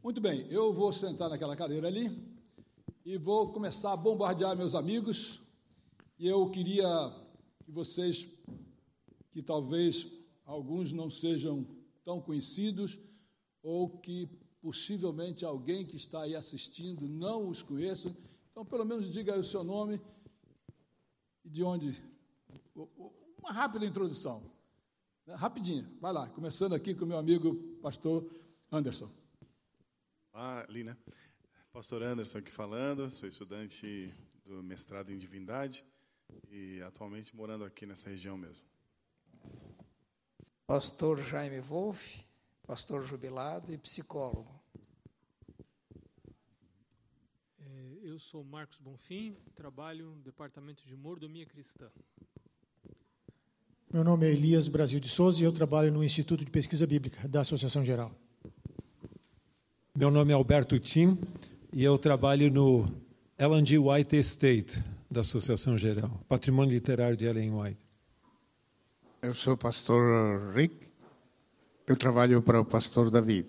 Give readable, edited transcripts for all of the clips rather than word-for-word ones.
Muito bem, eu vou sentar naquela cadeira ali e vou começar a bombardear meus amigos. E eu queria que vocês, que talvez alguns não sejam tão conhecidos, ou que possivelmente alguém que está aí assistindo não os conheça, então pelo menos diga aí o seu nome e de onde. Uma rápida introdução, né? Rapidinha, vai lá, começando aqui com o meu amigo pastor Anderson. Ali, né? Pastor Anderson aqui falando, sou estudante do mestrado em Divindade e atualmente morando aqui nessa região mesmo. Pastor Jaime Wolff, pastor jubilado e psicólogo. Eu sou Marcos Bonfim, trabalho no Departamento de Mordomia Cristã. Meu nome é Elias Brasil de Souza e eu trabalho no Instituto de Pesquisa Bíblica da Associação Geral. Meu nome é Alberto Tim e eu trabalho no Ellen G. White Estate da Associação Geral, Patrimônio Literário de Ellen White. Eu sou o pastor Rick, eu trabalho para o pastor David.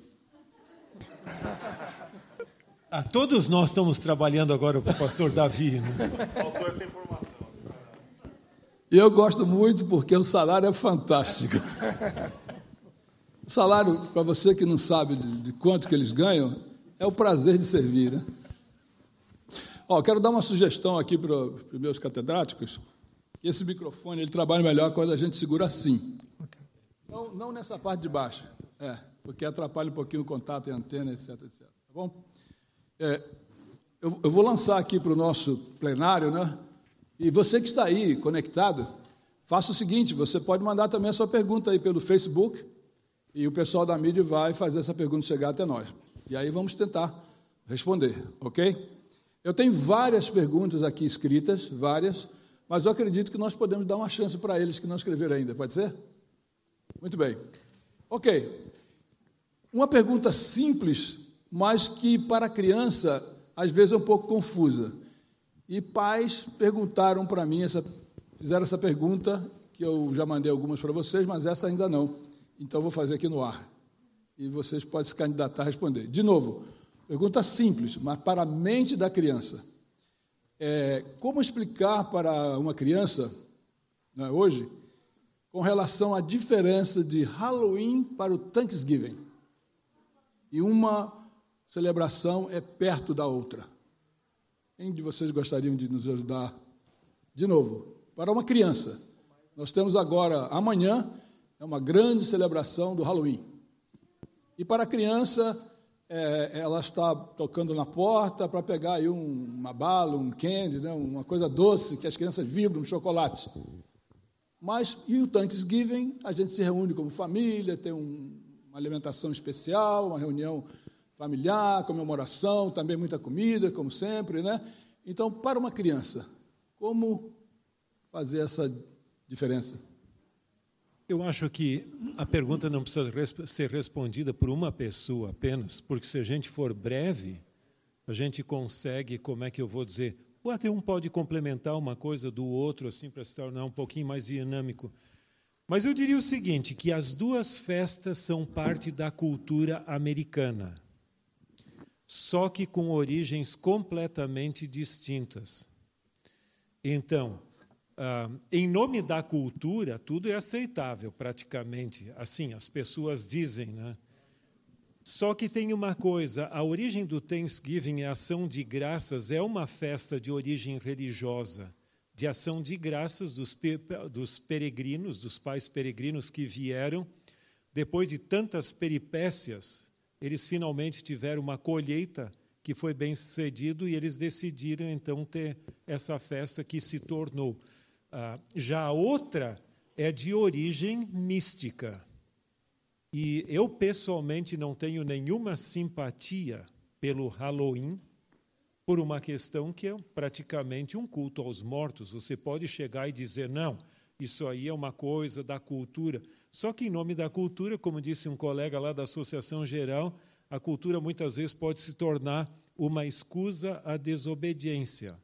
Todos nós estamos trabalhando agora para o pastor Davi, né? Faltou essa informação. E eu gosto muito porque o salário é fantástico. O salário, para você que não sabe de quanto que eles ganham, é o prazer de servir, né? Quero dar uma sugestão aqui para os meus catedráticos. Esse microfone ele trabalha melhor quando a gente segura assim. Não nessa parte de baixo, porque atrapalha um pouquinho o contato e a antena, etc, etc. Tá bom? Eu vou lançar aqui para o nosso plenário, né? E você que está aí conectado, faça o seguinte, você pode mandar também a sua pergunta aí pelo Facebook e o pessoal da mídia vai fazer essa pergunta chegar até nós. E aí vamos tentar responder, ok? Eu tenho várias perguntas aqui escritas, várias, mas eu acredito que nós podemos dar uma chance para eles que não escreveram ainda, pode ser? Muito bem. Ok. Uma pergunta simples, mas que para a criança às vezes é um pouco confusa. E pais perguntaram para mim, fizeram essa pergunta, que eu já mandei algumas para vocês, mas essa ainda não. Então, vou fazer aqui no ar. E vocês podem se candidatar a responder. De novo, pergunta simples, mas para a mente da criança. Como explicar para uma criança, né, hoje, com relação à diferença de Halloween para o Thanksgiving? E uma celebração é perto da outra. Quem de vocês gostariam de nos ajudar? De novo, para uma criança, nós temos agora, amanhã, uma grande celebração do Halloween. E para a criança, ela está tocando na porta para pegar aí uma bala, um candy, né, uma coisa doce, que as crianças vibram, um chocolate. Mas, e o Thanksgiving, a gente se reúne como família, tem uma alimentação especial, uma reunião familiar, comemoração, também muita comida, como sempre, né? Então, para uma criança, como fazer essa diferença? Eu acho que a pergunta não precisa ser respondida por uma pessoa apenas, porque se a gente for breve, a gente consegue, como é que eu vou dizer, até um pode complementar uma coisa do outro, assim, para se tornar um pouquinho mais dinâmico. Mas eu diria o seguinte, que as duas festas são parte da cultura americana, só que com origens completamente distintas. Então, em nome da cultura, tudo é aceitável, praticamente. Assim, as pessoas dizem, né? Só que tem uma coisa, a origem do Thanksgiving, a ação de graças, é uma festa de origem religiosa, de ação de graças dos peregrinos, dos pais peregrinos que vieram, depois de tantas peripécias, eles finalmente tiveram uma colheita que foi bem sucedido e eles decidiram, então, ter essa festa que se tornou. Já a outra é de origem mística. E eu, pessoalmente, não tenho nenhuma simpatia pelo Halloween, por uma questão que é praticamente um culto aos mortos. Você pode chegar e dizer, não, isso aí é uma coisa da cultura. Só que, em nome da cultura, como disse um colega lá da Associação Geral, a cultura muitas vezes pode se tornar uma escusa à desobediência.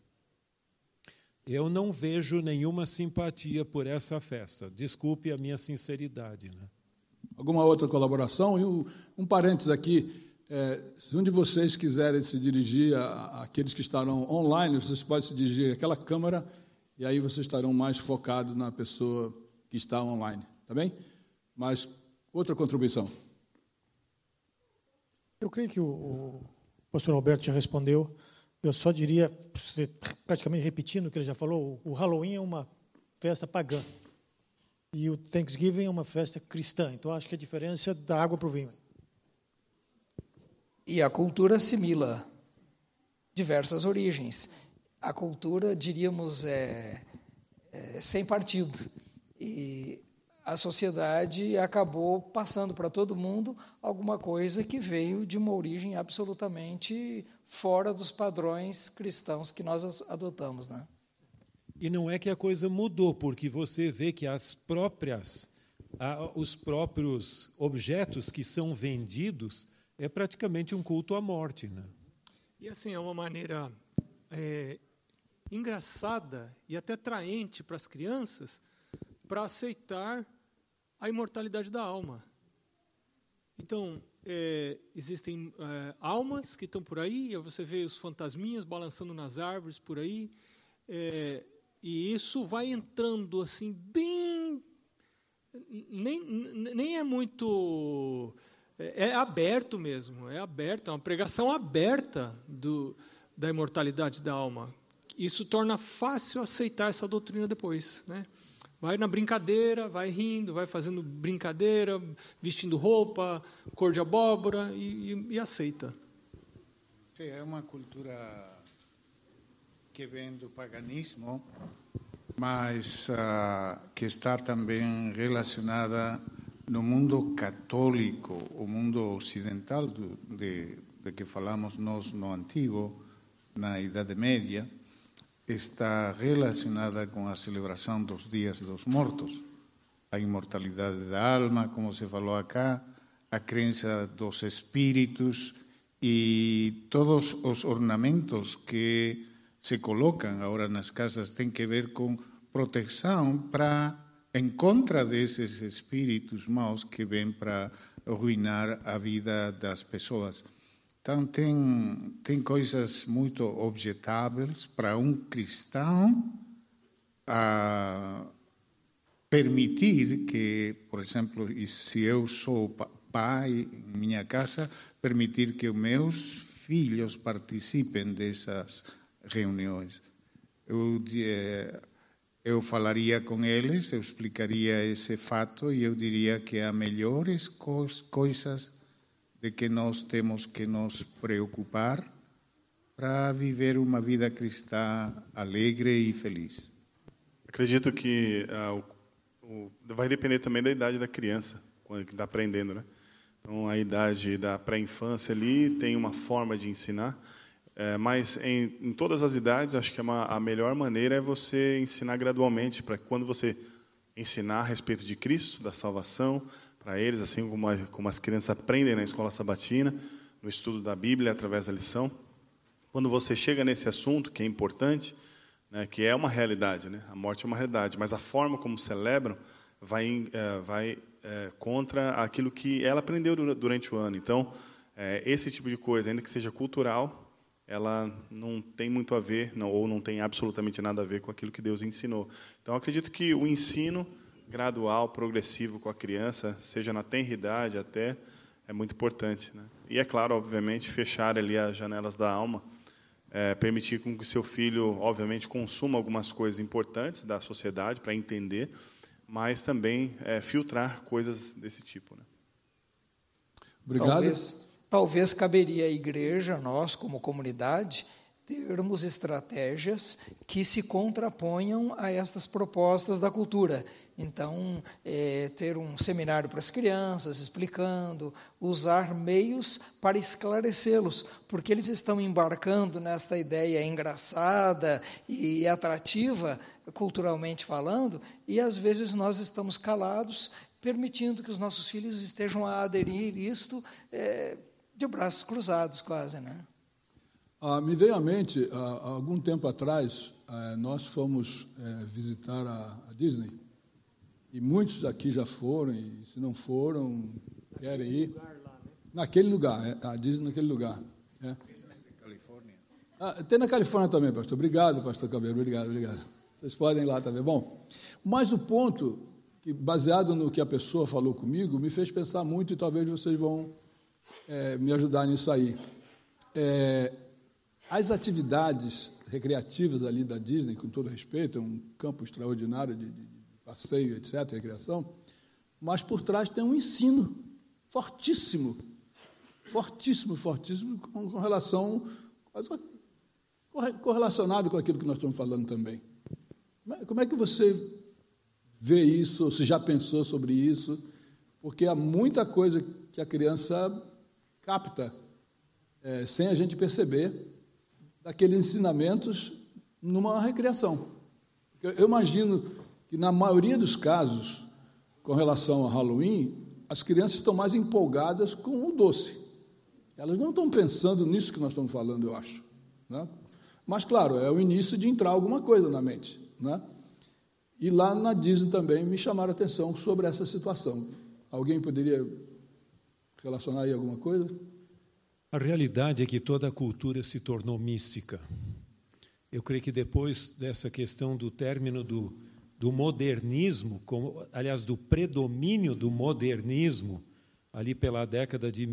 Eu não vejo nenhuma simpatia por essa festa. Desculpe a minha sinceridade, né? Alguma outra colaboração? E um parênteses aqui, se um de vocês quiserem se dirigir àqueles que estarão online, vocês podem se dirigir àquela câmera e aí vocês estarão mais focados na pessoa que está online, tá bem? Mas outra contribuição. Eu creio que o pastor Alberto já respondeu. Eu só diria, praticamente repetindo o que ele já falou, o Halloween é uma festa pagã e o Thanksgiving é uma festa cristã. Então, acho que a diferença é da água para o vinho. E a cultura assimila diversas origens. A cultura, diríamos, sem partido. E a sociedade acabou passando para todo mundo alguma coisa que veio de uma origem absolutamente fora dos padrões cristãos que nós adotamos, né? E não é que a coisa mudou, porque você vê que os próprios objetos que são vendidos é praticamente um culto à morte, né? E assim, é uma maneira engraçada e até atraente para as crianças para aceitar a imortalidade da alma. Então, existem almas que estão por aí, você vê os fantasminhas balançando nas árvores por aí, e isso vai entrando assim, bem... Nem é muito... É aberto mesmo, é uma pregação aberta da imortalidade da alma. Isso torna fácil aceitar essa doutrina depois, né? Vai na brincadeira, vai rindo, vai fazendo brincadeira, vestindo roupa, cor de abóbora e aceita. Sim, é uma cultura que vem do paganismo, mas que está também relacionada no mundo católico, o mundo ocidental de que falamos nós no Antigo, na Idade Média, está relacionada com a celebração dos dias dos mortos, a imortalidade da alma, como se falou acá, a crença dos espíritos e todos os ornamentos que se colocam agora nas casas têm que ver com proteção em contra desses espíritos maus que vêm para arruinar a vida das pessoas. Então, tem coisas muito objetáveis para um cristão permitir que, por exemplo, se eu sou pai em minha casa, permitir que os meus filhos participem dessas reuniões. Eu falaria com eles, eu explicaria esse fato e eu diria que há melhores coisas de que nós temos que nos preocupar para viver uma vida cristã alegre e feliz. Acredito que vai depender também da idade da criança, quando está aprendendo, né? Então, a idade da pré-infância ali tem uma forma de ensinar, mas em todas as idades, acho que a melhor maneira é você ensinar gradualmente, para que quando você ensinar a respeito de Cristo, da salvação, para eles, assim como as crianças aprendem na escola sabatina, no estudo da Bíblia, através da lição. Quando você chega nesse assunto, que é importante, né, que é uma realidade, né? A morte é uma realidade, mas a forma como celebram vai contra aquilo que ela aprendeu durante o ano. Então, esse tipo de coisa, ainda que seja cultural, ela não tem muito a ver, ou não tem absolutamente nada a ver com aquilo que Deus ensinou. Então, acredito que o ensino gradual, progressivo com a criança, seja na tenridade até, é muito importante, né? E é claro, obviamente, fechar ali as janelas da alma, permitir com que seu filho, obviamente, consuma algumas coisas importantes da sociedade para entender, mas também filtrar coisas desse tipo, né? Obrigado. Talvez caberia à igreja, nós como comunidade, termos estratégias que se contraponham a estas propostas da cultura. Então, ter um seminário para as crianças, explicando, usar meios para esclarecê-los, porque eles estão embarcando nesta ideia engraçada e atrativa, culturalmente falando, e às vezes nós estamos calados, permitindo que os nossos filhos estejam a aderir isto de braços cruzados quase, né? Me veio à mente, há algum tempo atrás, nós fomos visitar a Disney, e muitos aqui já foram, e se não foram, querem ir. Naquele lugar, a Disney naquele lugar. É. Tem na Califórnia também, pastor. Obrigado, pastor Cabelo. Obrigado. Vocês podem ir lá também. Bom, mas o ponto, que, baseado no que a pessoa falou comigo, me fez pensar muito e talvez vocês vão me ajudar nisso aí. As atividades recreativas ali da Disney, com todo respeito, é um campo extraordinário de passeio, etc., recreação, mas por trás tem um ensino fortíssimo com relação, correlacionado com aquilo que nós estamos falando também. Como é que você vê isso, ou se já pensou sobre isso? Porque há muita coisa que a criança capta, sem a gente perceber, daqueles ensinamentos numa recreação. Eu imagino que, na maioria dos casos, com relação ao Halloween, as crianças estão mais empolgadas com o doce. Elas não estão pensando nisso que nós estamos falando, eu acho, né? Mas, claro, é o início de entrar alguma coisa na mente, né? E lá na Disney também me chamaram a atenção sobre essa situação. Alguém poderia relacionar aí alguma coisa? A realidade é que toda a cultura se tornou mística. Eu creio que depois dessa questão do término do modernismo, aliás, do predomínio do modernismo, ali pela década de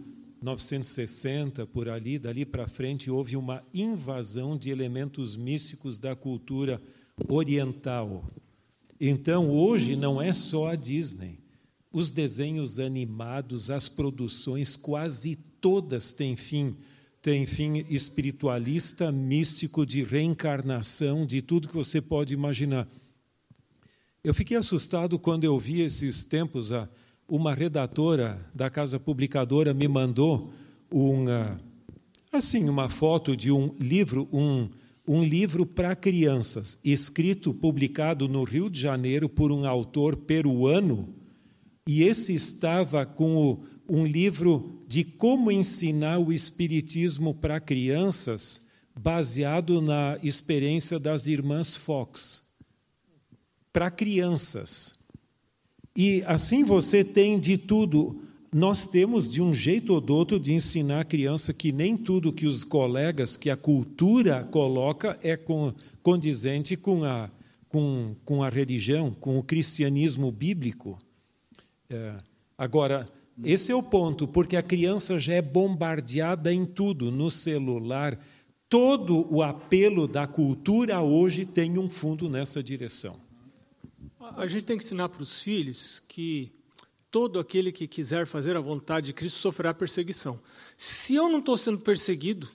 1960, por ali, dali para frente, houve uma invasão de elementos místicos da cultura oriental. Então, hoje, não é só a Disney. Os desenhos animados, as produções, quase todas têm fim espiritualista, místico, de reencarnação, de tudo que você pode imaginar. Eu fiquei assustado quando eu vi esses tempos, uma redatora da casa publicadora me mandou uma foto de um livro para crianças, escrito, publicado no Rio de Janeiro por um autor peruano, e esse estava com um livro de como ensinar o espiritismo para crianças, baseado na experiência das irmãs Fox, para crianças. E assim você tem de tudo. Nós temos, de um jeito ou do outro, de ensinar a criança que nem tudo que os colegas, que a cultura coloca, é condizente com a religião, com o cristianismo bíblico. Agora, esse é o ponto, porque a criança já é bombardeada em tudo, no celular. Todo o apelo da cultura hoje tem um fundo nessa direção. A gente tem que ensinar para os filhos que todo aquele que quiser fazer a vontade de Cristo sofrerá perseguição. Se eu não estou sendo perseguido,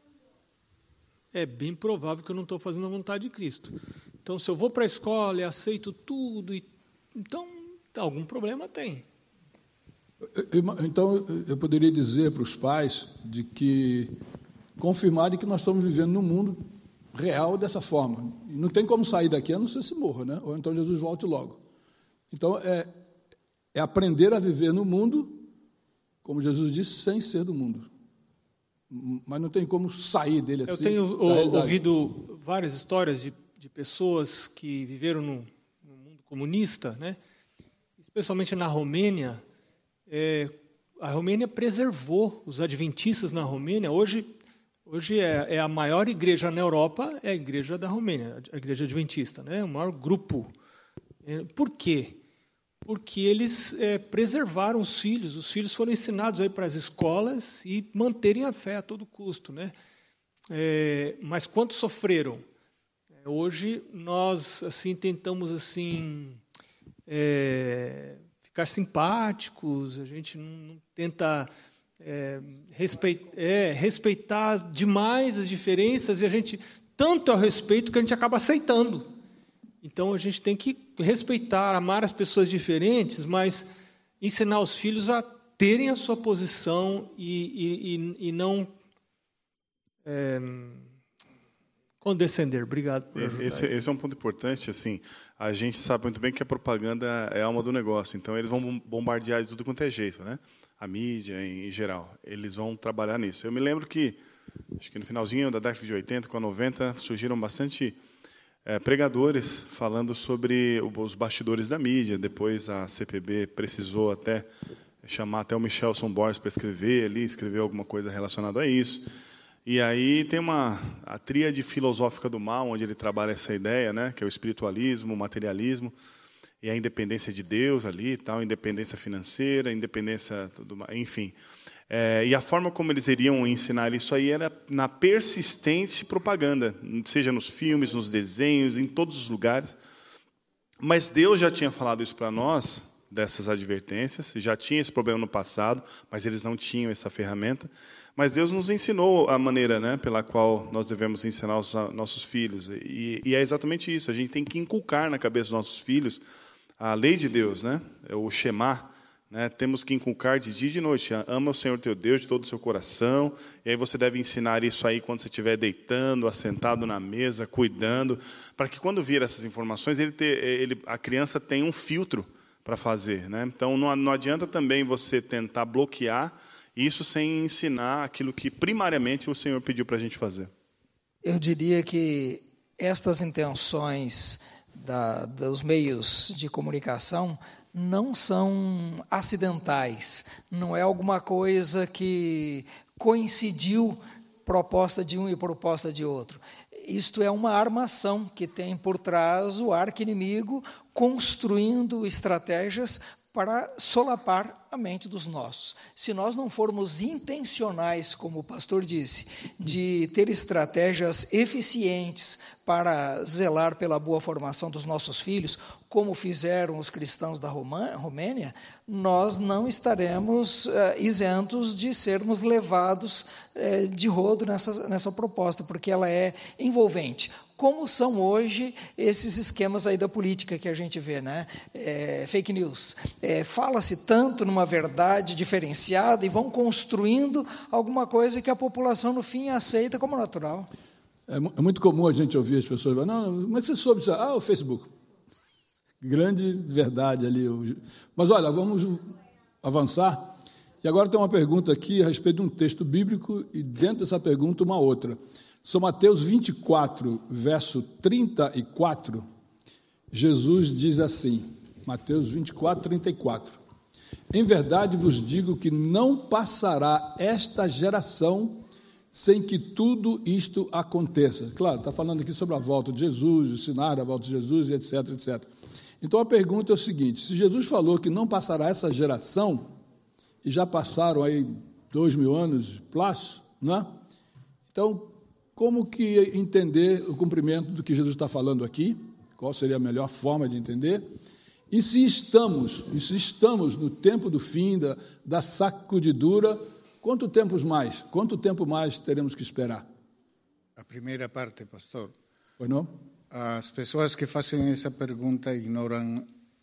é bem provável que eu não estou fazendo a vontade de Cristo. Então, se eu vou para a escola e aceito tudo, então algum problema tem. Então, eu poderia dizer para os pais de que confirmarem que nós estamos vivendo num mundo real dessa forma. Não tem como sair daqui a não ser se morra, né? Ou então Jesus volte logo. Então, é aprender a viver no mundo, como Jesus disse, sem ser do mundo. Mas não tem como sair dele assim. Eu tenho ouvido várias histórias de pessoas que viveram no mundo comunista, né? Especialmente na Romênia. A Romênia preservou os adventistas na Romênia. Hoje é a maior igreja na Europa, é a igreja da Romênia, a igreja adventista, né? O maior grupo. Por quê? Porque eles preservaram os filhos foram ensinados aí para as escolas e manterem a fé a todo custo, né? Mas quantos sofreram? Hoje nós assim tentamos assim ficar simpáticos, a gente não tenta respeitar demais as diferenças, e a gente tanto é o respeito que a gente acaba aceitando. Então a gente tem que respeitar, amar as pessoas diferentes, mas ensinar os filhos a terem a sua posição e não condescender. Obrigado por ajudar. Esse é um ponto importante. Assim, a gente sabe muito bem que a propaganda é a alma do negócio, então eles vão bombardear de tudo quanto é jeito, né? A mídia em geral, eles vão trabalhar nisso. Eu me lembro que, acho que no finalzinho da década de 80, com a 90, surgiram bastante pregadores falando sobre os bastidores da mídia. Depois a CPB precisou até chamar até o Michelson Borges para escrever alguma coisa relacionada a isso. E aí tem a tríade filosófica do mal, onde ele trabalha essa ideia, né, que é o espiritualismo, o materialismo, e a independência de Deus ali, tal, independência financeira, independência, enfim. E a forma como eles iriam ensinar isso aí era na persistente propaganda, seja nos filmes, nos desenhos, em todos os lugares. Mas Deus já tinha falado isso para nós, dessas advertências, já tinha esse problema no passado, mas eles não tinham essa ferramenta. Mas Deus nos ensinou a maneira, né, pela qual nós devemos ensinar os nossos filhos. E é exatamente isso, a gente tem que inculcar na cabeça dos nossos filhos a lei de Deus, né, o Shema, né, temos que inculcar de dia e de noite. Ama o Senhor teu Deus de todo o seu coração. E aí você deve ensinar isso aí quando você estiver deitando, assentado na mesa, cuidando, para que quando vir essas informações, a criança tenha um filtro para fazer, né? Então não adianta também você tentar bloquear isso sem ensinar aquilo que primariamente o Senhor pediu para a gente fazer. Eu diria que estas intenções dos meios de comunicação não são acidentais, não é alguma coisa que coincidiu proposta de um e proposta de outro. Isto é uma armação que tem por trás o arqui-inimigo construindo estratégias para solapar a mente dos nossos. Se nós não formos intencionais, como o pastor disse, de ter estratégias eficientes para zelar pela boa formação dos nossos filhos, como fizeram os cristãos da Romênia, nós não estaremos isentos de sermos levados de rodo nessa proposta, porque ela é envolvente. Como são hoje esses esquemas aí da política que a gente vê, né? Fake news. Fala-se tanto numa verdade diferenciada e vão construindo alguma coisa que a população, no fim, aceita como natural. É muito comum a gente ouvir as pessoas falar, não, como é que você soube disso? O Facebook. Grande verdade ali. Mas, olha, vamos avançar. E agora tem uma pergunta aqui a respeito de um texto bíblico e, dentro dessa pergunta, uma outra. São Mateus 24, verso 34, Jesus diz assim, Mateus 24, 34, em verdade vos digo que não passará esta geração sem que tudo isto aconteça. Claro, está falando aqui sobre a volta de Jesus, o sinal da volta de Jesus, etc, etc. Então a pergunta é o seguinte, se Jesus falou que não passará essa geração, e já passaram aí 2000 anos, plaço, não é? Então, como que entender o cumprimento do que Jesus está falando aqui? Qual seria a melhor forma de entender? E se estamos no tempo do fim, da sacudidura, quanto tempo mais teremos que esperar? A primeira parte, pastor. Pois não? As pessoas que fazem essa pergunta ignoram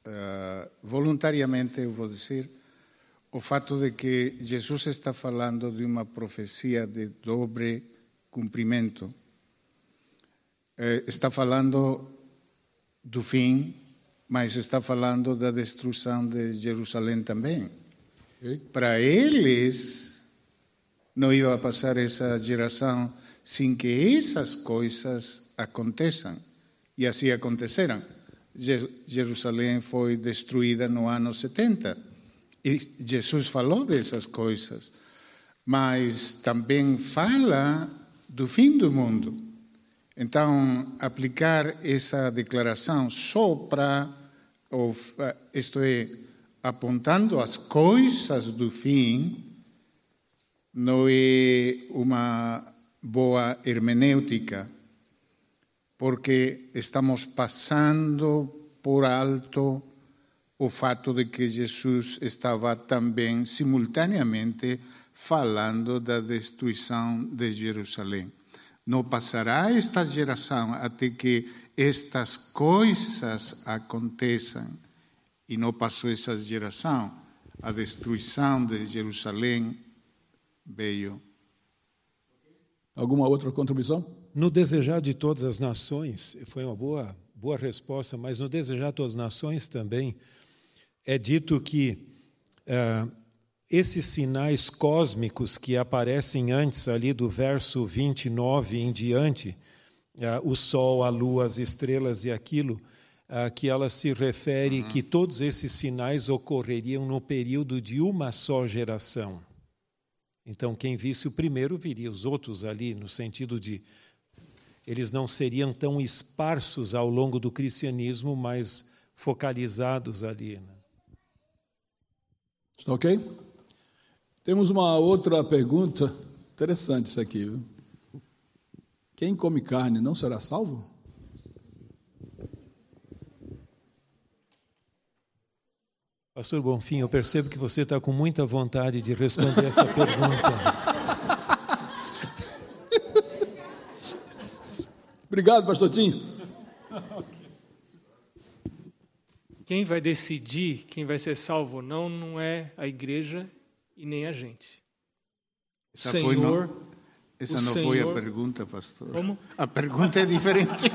voluntariamente, eu vou dizer, o fato de que Jesus está falando de uma profecia de dobre cumprimento. Está falando do fim, mas está falando da destruição de Jerusalém também. Okay. Para eles, não ia passar essa geração sem que essas coisas aconteçam. E assim aconteceram. Jerusalém foi destruída no ano 70. E Jesus falou dessas coisas. Mas também fala do fim do mundo. Então, aplicar essa declaração só para, isto é, apontando as coisas do fim, não é uma boa hermenêutica, porque estamos passando por alto o fato de que Jesus estava também, simultaneamente, falando da destruição de Jerusalém. Não passará esta geração até que estas coisas aconteçam. E não passou essa geração. A destruição de Jerusalém veio. Alguma outra contribuição? No desejar de todas as nações, foi uma boa resposta, mas no desejar de todas as nações também é dito que esses sinais cósmicos que aparecem antes ali do verso 29 em diante, o sol, a lua, as estrelas e aquilo, que ela se refere que todos esses sinais ocorreriam no período de uma só geração. Então, quem visse o primeiro, viria os outros ali, no sentido de eles não seriam tão esparsos ao longo do cristianismo, mas focalizados ali. Está ok? Temos uma outra pergunta, interessante isso aqui, viu? Quem come carne não será salvo? Pastor Bonfim, eu percebo que você está com muita vontade de responder essa pergunta. Obrigado, pastor Tim. Quem vai decidir quem vai ser salvo ou não, não é a igreja e nem a gente. Essa não foi a pergunta, pastor. Como? A pergunta é diferente.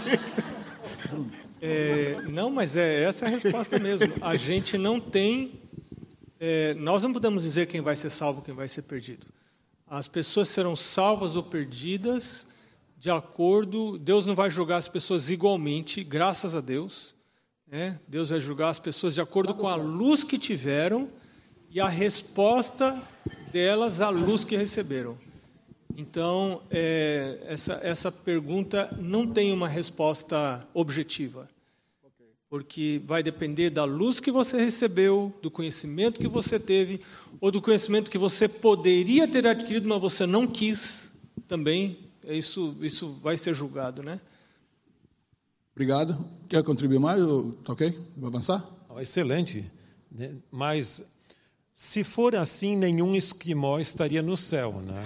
Não, mas essa é a resposta mesmo. A gente não tem... nós não podemos dizer quem vai ser salvo, quem vai ser perdido. As pessoas serão salvas ou perdidas de acordo... Deus não vai julgar as pessoas igualmente, graças a Deus. Deus vai julgar as pessoas de acordo com a luz que tiveram e a resposta delas à luz que receberam. Então, essa pergunta não tem uma resposta objetiva, porque vai depender da luz que você recebeu, do conhecimento que você teve, ou do conhecimento que você poderia ter adquirido, mas você não quis também. Isso vai ser julgado, né? Obrigado. Quer contribuir mais? Tá ok? Vai avançar? Excelente. Mas, se for assim, nenhum esquimó estaria no céu, né?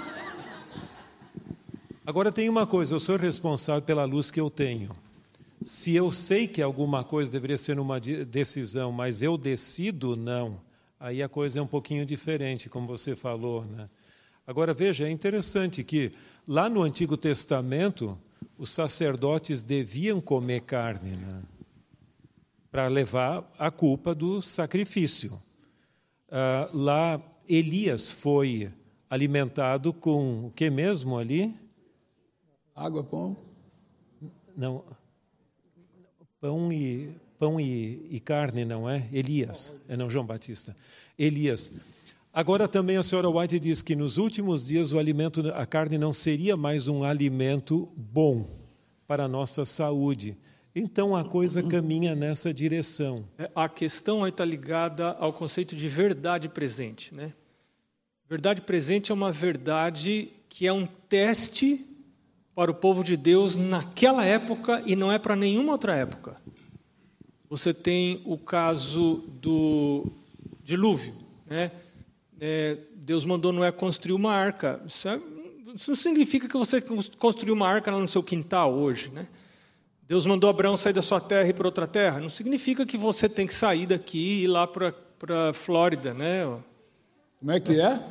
Agora tem uma coisa, eu sou responsável pela luz que eu tenho. Se eu sei que alguma coisa deveria ser uma decisão, mas eu decido não, aí a coisa é um pouquinho diferente, como você falou, né? Agora veja, é interessante que lá no Antigo Testamento os sacerdotes deviam comer carne, né? Para levar a culpa do sacrifício. Lá Elias foi alimentado com o que mesmo ali? Água, pão? Não, pão e carne, não é? Elias, não João Batista. Elias. Agora também a senhora White diz que nos últimos dias a carne não seria mais um alimento bom para a nossa saúde. Então a coisa caminha nessa direção. A questão aí está ligada ao conceito de verdade presente, né? Verdade presente é uma verdade que é um teste para o povo de Deus naquela época e não é para nenhuma outra época. Você tem o caso do dilúvio, né? Deus mandou Noé construir uma arca. Isso não significa que você construiu uma arca lá no seu quintal hoje, né? Deus mandou Abraão sair da sua terra e ir para outra terra. Não significa que você tem que sair daqui e ir lá para a Flórida, né? Como é que é?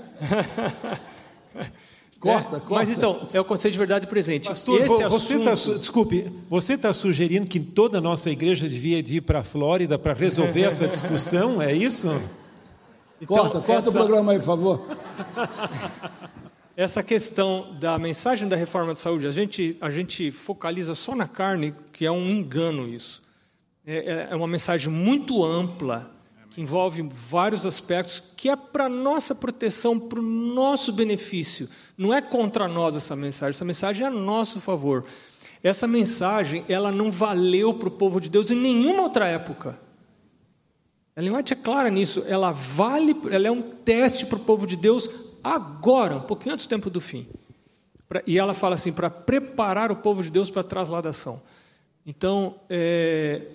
Corta. Mas então, é o conceito de verdade presente. Pastor, você está sugerindo que toda a nossa igreja devia ir para a Flórida para resolver essa discussão? É isso? Então, corta o programa aí, por favor. Essa questão da mensagem da reforma de saúde, a gente focaliza só na carne, que é um engano isso. É uma mensagem muito ampla, que envolve vários aspectos, que é para a nossa proteção, para o nosso benefício. Não é contra nós essa mensagem é a nosso favor. Essa mensagem, ela não valeu para o povo de Deus em nenhuma outra época. Ellen White é clara nisso, ela é um teste para o povo de Deus agora, um pouquinho antes do tempo do fim. E ela fala assim, para preparar o povo de Deus para a trasladação. Então, é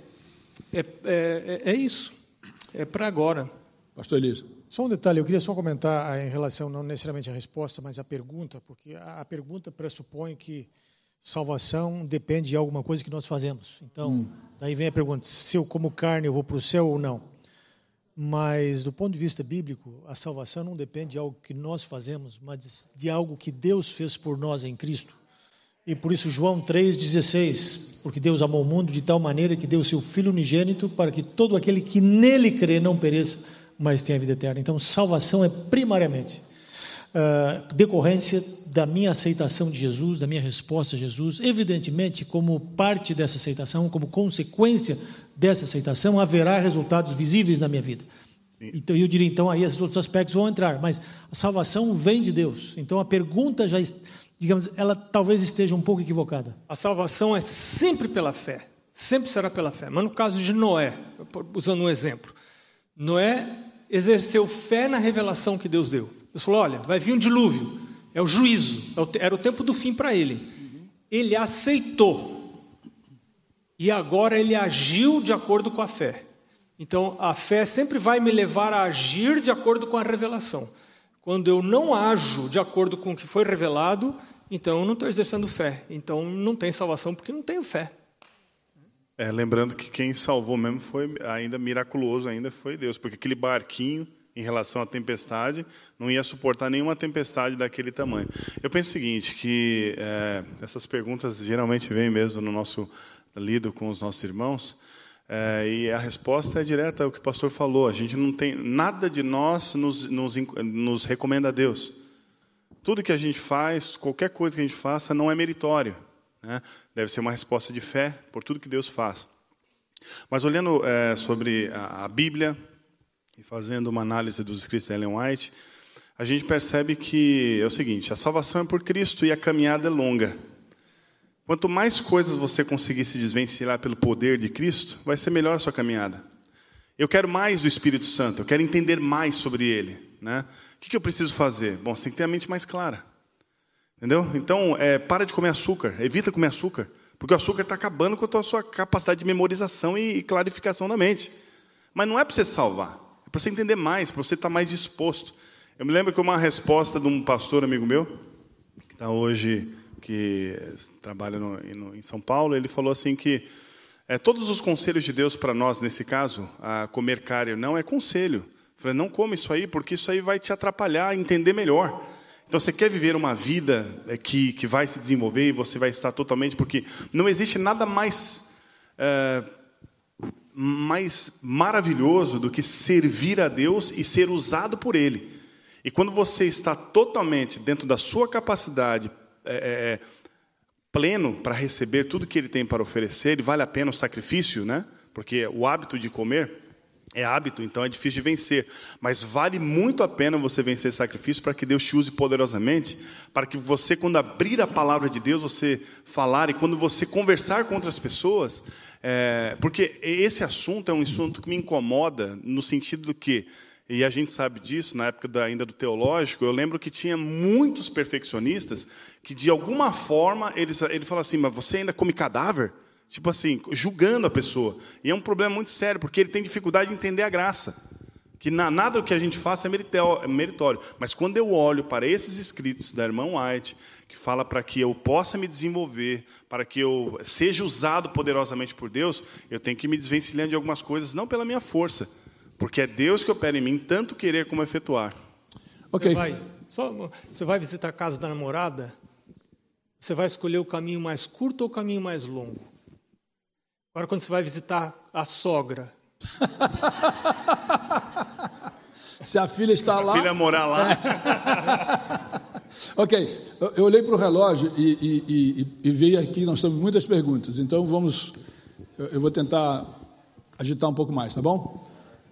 isso. É para agora. Pastor Elias. Só um detalhe, eu queria só comentar em relação, não necessariamente à resposta, mas à pergunta, porque a pergunta pressupõe que salvação depende de alguma coisa que nós fazemos. Então, daí vem a pergunta, se eu como carne eu vou para o céu ou não? Mas, do ponto de vista bíblico, a salvação não depende de algo que nós fazemos, mas de algo que Deus fez por nós em Cristo. E por isso João 3,16, porque Deus amou o mundo de tal maneira que deu o seu Filho unigênito para que todo aquele que nele crê não pereça, mas tenha vida eterna. Então, salvação é primariamente decorrência da minha aceitação de Jesus, da minha resposta a Jesus. Evidentemente, como parte dessa aceitação, como consequência dessa aceitação, haverá resultados visíveis na minha vida. Então, eu diria, então, aí esses outros aspectos vão entrar, mas a salvação vem de Deus. Então, a pergunta já, digamos, ela talvez esteja um pouco equivocada. A salvação é sempre pela fé, sempre será pela fé. Mas no caso de Noé, usando um exemplo, Noé exerceu fé na revelação que Deus deu. Deus falou, olha, vai vir um dilúvio, é o juízo, era o tempo do fim para ele. Ele aceitou, e agora ele agiu de acordo com a fé. Então, a fé sempre vai me levar a agir de acordo com a revelação. Quando eu não ajo de acordo com o que foi revelado, então eu não estou exercendo fé. Então, não tem salvação porque não tenho fé. Lembrando que quem salvou mesmo foi ainda miraculoso, ainda foi Deus. Porque aquele barquinho, em relação à tempestade, não ia suportar nenhuma tempestade daquele tamanho. Eu penso o seguinte, que essas perguntas geralmente vêm mesmo no nosso lido com os nossos irmãos, e a resposta é direta ao que o pastor falou. A gente não tem nada de nós nos recomenda a Deus. Tudo que a gente faz, qualquer coisa que a gente faça, não é meritório, né? Deve ser uma resposta de fé por tudo que Deus faz. Mas olhando sobre a Bíblia e fazendo uma análise dos escritos de Ellen White, a gente percebe que é o seguinte: a salvação é por Cristo e a caminhada é longa. Quanto mais coisas você conseguir se desvencilhar pelo poder de Cristo, vai ser melhor a sua caminhada. Eu quero mais do Espírito Santo, eu quero entender mais sobre Ele, né? O que eu preciso fazer? Bom, você tem que ter a mente mais clara. Entendeu? Então, para de comer açúcar, evita comer açúcar, porque o açúcar está acabando com a sua capacidade de memorização e clarificação da mente. Mas não é para você salvar, é para você entender mais, para você estar mais disposto. Eu me lembro que uma resposta de um pastor amigo meu, que está hoje, que trabalha em São Paulo, ele falou assim que todos os conselhos de Deus para nós, nesse caso, a comer carne não é conselho. Eu falei, não come isso aí, porque isso aí vai te atrapalhar a entender melhor. Então, você quer viver uma vida que vai se desenvolver e você vai estar totalmente... Porque não existe nada mais maravilhoso do que servir a Deus e ser usado por Ele. E quando você está totalmente dentro da sua capacidade, pleno para receber tudo que Ele tem para oferecer, e vale a pena o sacrifício, né? Porque o hábito de comer é hábito, então é difícil de vencer. Mas vale muito a pena você vencer sacrifício para que Deus te use poderosamente, para que você, quando abrir a palavra de Deus, você falar, e quando você conversar com outras pessoas, porque esse assunto é um assunto que me incomoda, no sentido do que, e a gente sabe disso, na época ainda do teológico, eu lembro que tinha muitos perfeccionistas que, de alguma forma, ele fala assim, mas você ainda come cadáver? Tipo assim, julgando a pessoa. E é um problema muito sério, porque ele tem dificuldade de entender a graça. Que nada do que a gente faça é meritório. Mas quando eu olho para esses escritos da irmã White, que fala para que eu possa me desenvolver, para que eu seja usado poderosamente por Deus, eu tenho que me desvencilhar de algumas coisas, não pela minha força, porque é Deus que opera em mim, tanto querer como efetuar. Ok. Você vai visitar a casa da namorada, você vai escolher o caminho mais curto ou o caminho mais longo? Agora, quando você vai visitar a sogra... Se a filha está lá... A filha morar lá... Ok, eu olhei para o relógio e vi aqui, nós temos muitas perguntas, então eu vou tentar agitar um pouco mais, tá bom?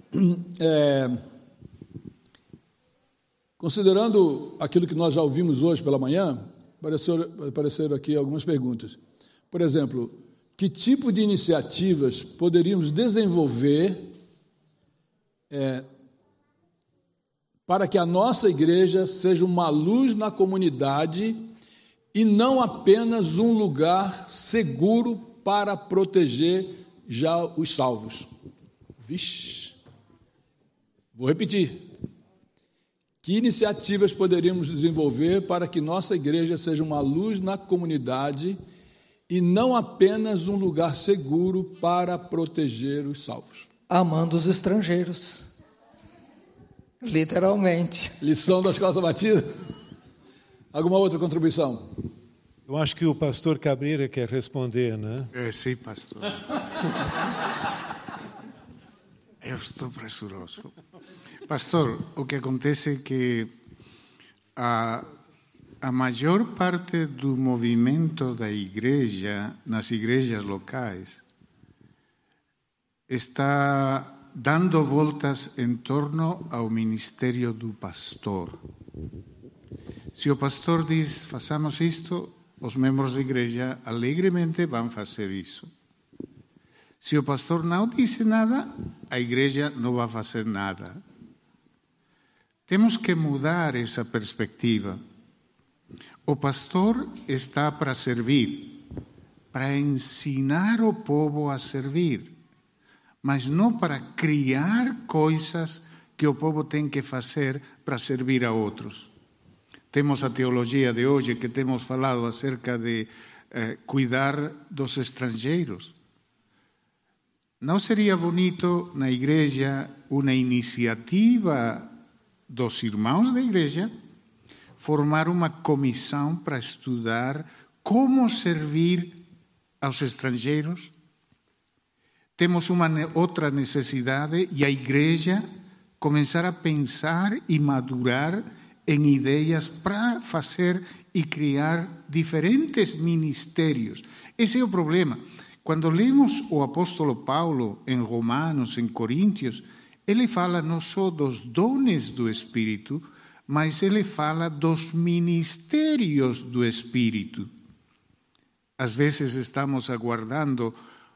Considerando aquilo que nós já ouvimos hoje pela manhã, apareceram aqui algumas perguntas. Por exemplo, que tipo de iniciativas poderíamos desenvolver para que a nossa igreja seja uma luz na comunidade e não apenas um lugar seguro para proteger já os salvos? Vixe! Vou repetir. Que iniciativas poderíamos desenvolver para que nossa igreja seja uma luz na comunidade e não apenas um lugar seguro para proteger os salvos? Amando os estrangeiros. Literalmente. Lição da Escola Sabatina? Alguma outra contribuição? Eu acho que o pastor Cabreira quer responder, né? Sim, pastor. Eu estou pressuroso. Pastor, o que acontece é que a maior parte do movimento da igreja, nas igrejas locais, está dando voltas em torno ao ministério do pastor. Se o pastor diz, façamos isto, os membros da igreja alegremente vão fazer isso. Se o pastor não disse nada, a igreja não vai fazer nada. Temos que mudar essa perspectiva. O pastor está para servir, para ensinar o povo a servir, mas não para criar coisas que o povo tem que fazer para servir a outros. Temos a teologia de hoje que temos falado acerca de cuidar dos estrangeiros. Não seria bonito na igreja uma iniciativa dos irmãos da igreja formar uma comissão para estudar como servir aos estrangeiros? Temos uma outra necessidade e a igreja começar a pensar e madurar em ideias para fazer e criar diferentes ministérios. Esse é o problema. Quando lemos o apóstolo Paulo em Romanos, em Coríntios, ele fala não só dos dones do Espírito, mas ele fala dos ministérios do Espírito. Às vezes estamos aguardando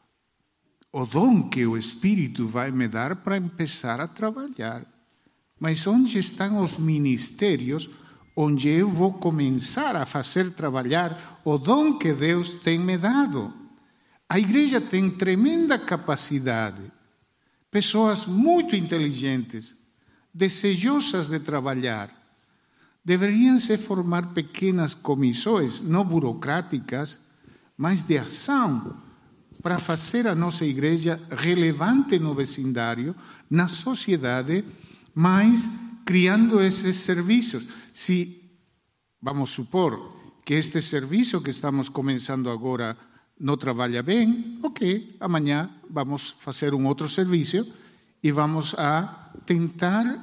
o dom que o Espírito vai me dar para começar a trabalhar. Mas onde estão os ministérios onde eu vou começar a fazer trabalhar o dom que Deus tem me dado? A igreja tem tremenda capacidade, pessoas muito inteligentes, desejosas de trabalhar. Deveriam se formar pequenas comissões, não burocráticas, mas de ação, para fazer a nossa igreja relevante no vecindário, na sociedade, mas criando esses serviços. Se, vamos supor, que este serviço que estamos começando agora não trabalha bem, ok, amanhã vamos fazer um outro serviço e vamos a tentar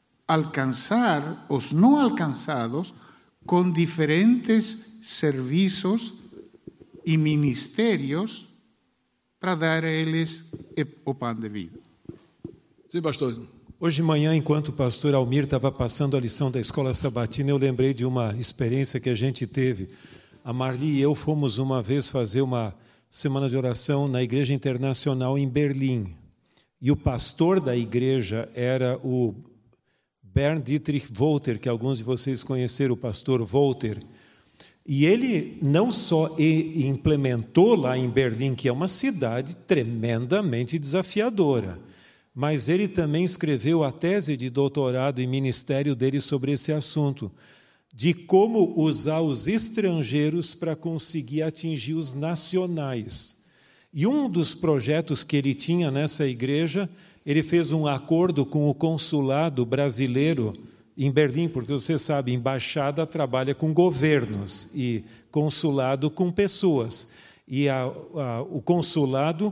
alcançar os não alcançados com diferentes serviços e ministérios para dar a eles o pão de vida. Sim, pastor. Hoje de manhã, enquanto o pastor Almir estava passando a lição da Escola Sabatina, eu lembrei de uma experiência que a gente teve. A Marli e eu fomos uma vez fazer uma semana de oração na Igreja Internacional em Berlim. E o pastor da igreja era o Bernd Dietrich Wolter, que alguns de vocês conheceram, o pastor Wolter. E ele não só implementou lá em Berlim, que é uma cidade tremendamente desafiadora, mas ele também escreveu a tese de doutorado e ministério dele sobre esse assunto, de como usar os estrangeiros para conseguir atingir os nacionais. E um dos projetos que ele tinha nessa igreja, ele fez um acordo com o consulado brasileiro em Berlim, porque você sabe, embaixada trabalha com governos e consulado com pessoas. E o consulado,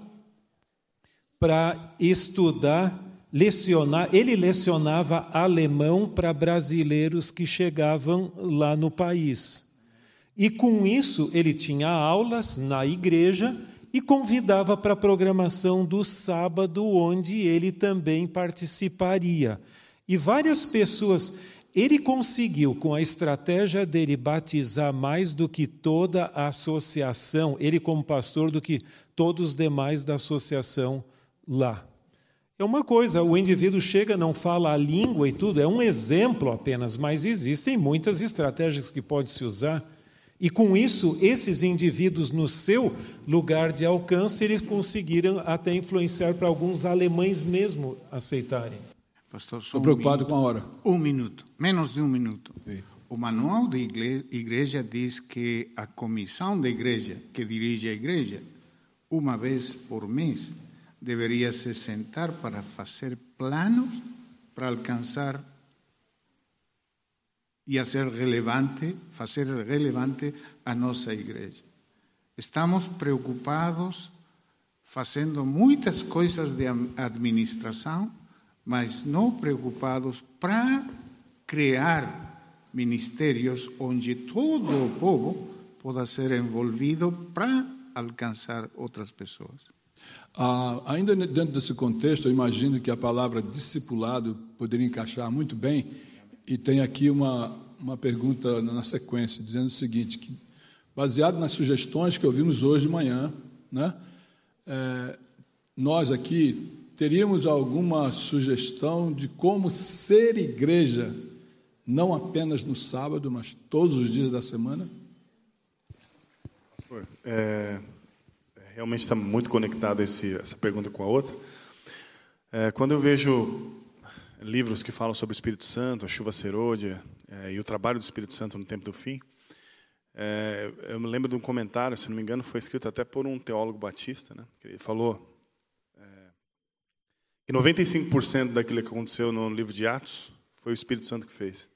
para estudar, lecionar, ele lecionava alemão para brasileiros que chegavam lá no país. E com isso ele tinha aulas na igreja e convidava para a programação do sábado, onde ele também participaria. E várias pessoas, ele conseguiu, com a estratégia dele, batizar mais do que toda a associação, ele como pastor, do que todos os demais da associação lá. É uma coisa, o indivíduo chega, não fala a língua e tudo, é um exemplo apenas, mas existem muitas estratégias que pode se usar. E com isso, esses indivíduos no seu lugar de alcance, eles conseguiram até influenciar para alguns alemães mesmo aceitarem. Pastor, estou preocupado com a hora. Um minuto, menos de um minuto. Sim. O manual da igreja diz que a comissão da igreja, que dirige a igreja, uma vez por mês, deveria se sentar para fazer planos para alcançar e fazer relevante a nossa igreja. Estamos preocupados fazendo muitas coisas de administração, mas não preocupados para criar ministérios onde todo o povo possa ser envolvido para alcançar outras pessoas. Ainda dentro desse contexto, eu imagino que a palavra discipulado poderia encaixar muito bem, e tem aqui uma pergunta na sequência, dizendo o seguinte, que, baseado nas sugestões que ouvimos hoje de manhã, né, nós aqui teríamos alguma sugestão de como ser igreja, não apenas no sábado, mas todos os dias da semana? Realmente está muito conectado essa pergunta com a outra. Quando eu vejo livros que falam sobre o Espírito Santo, a chuva serôdia e o trabalho do Espírito Santo no tempo do fim, eu me lembro de um comentário, se não me engano, foi escrito até por um teólogo batista, né? Que ele falou que 95% daquilo que aconteceu no livro de Atos foi o Espírito Santo que fez.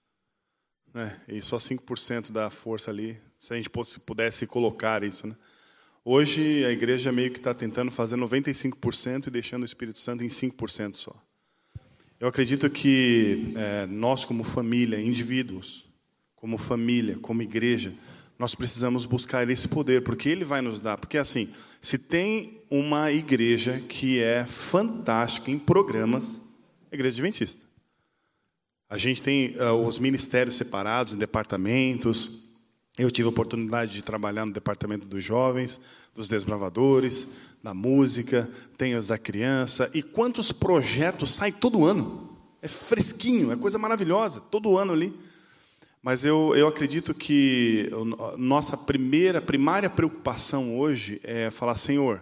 E só 5% da força ali, se a gente pudesse colocar isso, né? Hoje, a igreja meio que está tentando fazer 95% e deixando o Espírito Santo em 5% só. Eu acredito que nós, como família, indivíduos, como família, como igreja, nós precisamos buscar esse poder, porque Ele vai nos dar. Porque, assim, se tem uma igreja que é fantástica em programas, é a Igreja Adventista. A gente tem os ministérios separados em departamentos. Eu tive a oportunidade de trabalhar no departamento dos jovens, dos desbravadores, da música, tem os da criança. E quantos projetos saem todo ano? É fresquinho, é coisa maravilhosa, todo ano ali. Mas eu acredito que nossa primária preocupação hoje é falar, Senhor,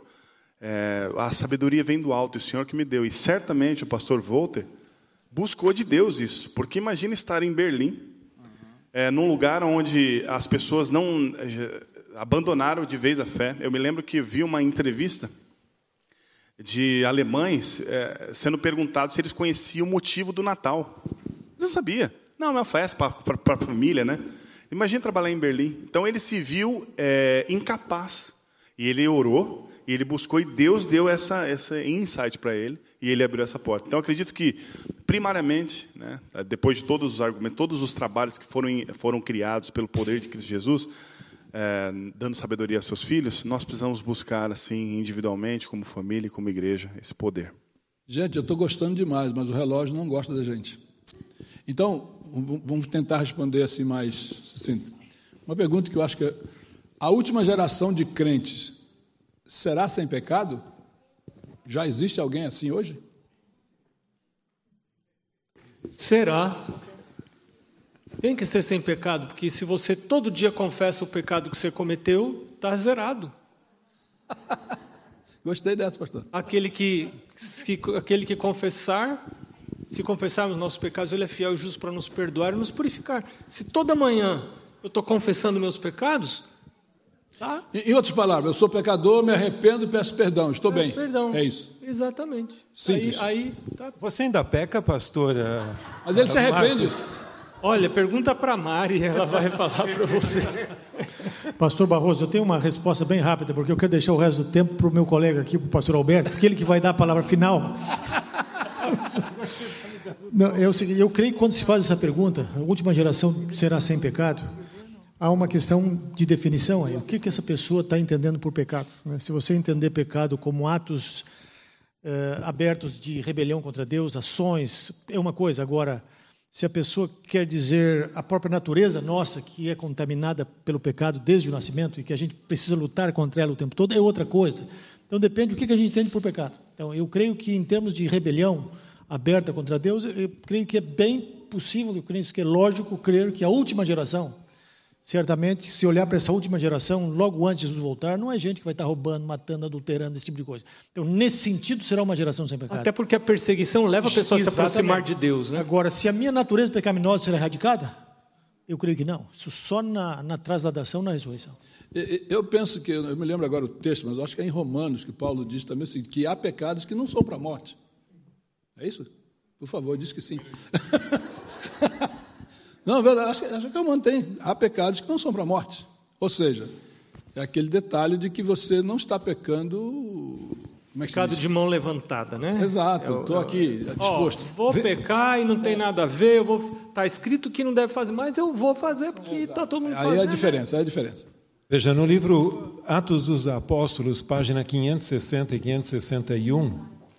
a sabedoria vem do alto, e o Senhor que me deu. E certamente o pastor Volter buscou de Deus isso. Porque imagina estar em Berlim, num lugar onde as pessoas não abandonaram de vez a fé. Eu me lembro que vi uma entrevista de alemães sendo perguntados se eles conheciam o motivo do Natal. Eu não sabia. Não, é uma festa para a família, né? Imagina trabalhar em Berlim. Então ele se viu incapaz. E ele orou, e ele buscou, e Deus deu essa insight para ele, e ele abriu essa porta. Então eu acredito que, primariamente, né, depois de todos os argumentos, todos os trabalhos que foram criados pelo poder de Cristo Jesus, dando sabedoria a seus filhos, nós precisamos buscar, assim, individualmente, como família e como igreja, esse poder. Gente, eu estou gostando demais, mas o relógio não gosta da gente. Então, vamos tentar responder assim mais sucinto. Uma pergunta que eu acho que a última geração de crentes será sem pecado? Já existe alguém assim hoje? Será. Tem que ser sem pecado, porque se você todo dia confessa o pecado que você cometeu, está zerado. Gostei dessa, pastor. Aquele que confessar, se confessarmos nossos pecados, Ele é fiel e justo para nos perdoar e nos purificar. Se toda manhã eu estou confessando meus pecados, tá? Em outras palavras, eu sou pecador, me arrependo e peço perdão. Estou bem. Perdão. É isso. Exatamente. Simples. Tá. Você ainda peca, pastora? Mas ele se arrepende. Olha, pergunta para a Mari, ela vai falar para você. Pastor Barroso, eu tenho uma resposta bem rápida, porque eu quero deixar o resto do tempo para o meu colega aqui, para o pastor Alberto, porque ele que vai dar a palavra final. Não, eu creio que quando se faz essa pergunta, a última geração será sem pecado, há uma questão de definição aí. O que essa pessoa está entendendo por pecado? Se você entender pecado como atos abertos de rebelião contra Deus, ações, é uma coisa. Agora, se a pessoa quer dizer a própria natureza nossa, que é contaminada pelo pecado desde o nascimento e que a gente precisa lutar contra ela o tempo todo, é outra coisa. Então, depende do que a gente entende por pecado. Então, eu creio que, em termos de rebelião aberta contra Deus, eu creio que é bem possível, eu creio que é lógico crer que a última geração, certamente, se olhar para essa última geração, logo antes de Jesus voltar, não é gente que vai estar roubando, matando, adulterando, esse tipo de coisa. Então, nesse sentido, será uma geração sem pecado. Até porque a perseguição leva a pessoa a se aproximar de Deus, né? Agora, se a minha natureza pecaminosa será erradicada, eu creio que não. Isso só na trasladação, na ressurreição. Eu penso que, eu me lembro agora o texto, mas eu acho que é em Romanos que Paulo diz também assim, que há pecados que não são para a morte. É isso? Por favor, diz que sim. Não, é verdade, acho que Romanos tem. Há pecados que não são para a morte. Ou seja, é aquele detalhe de que você não está pecando como é que se Pecado diz? de mão levantada, né? Exato, estou aqui disposto. Vou pecar e não tem nada a ver, está escrito que não deve fazer, mas eu vou fazer porque está todo mundo fazendo. Aí é a diferença, aí é a diferença. Veja, no livro Atos dos Apóstolos, página 560 e 561,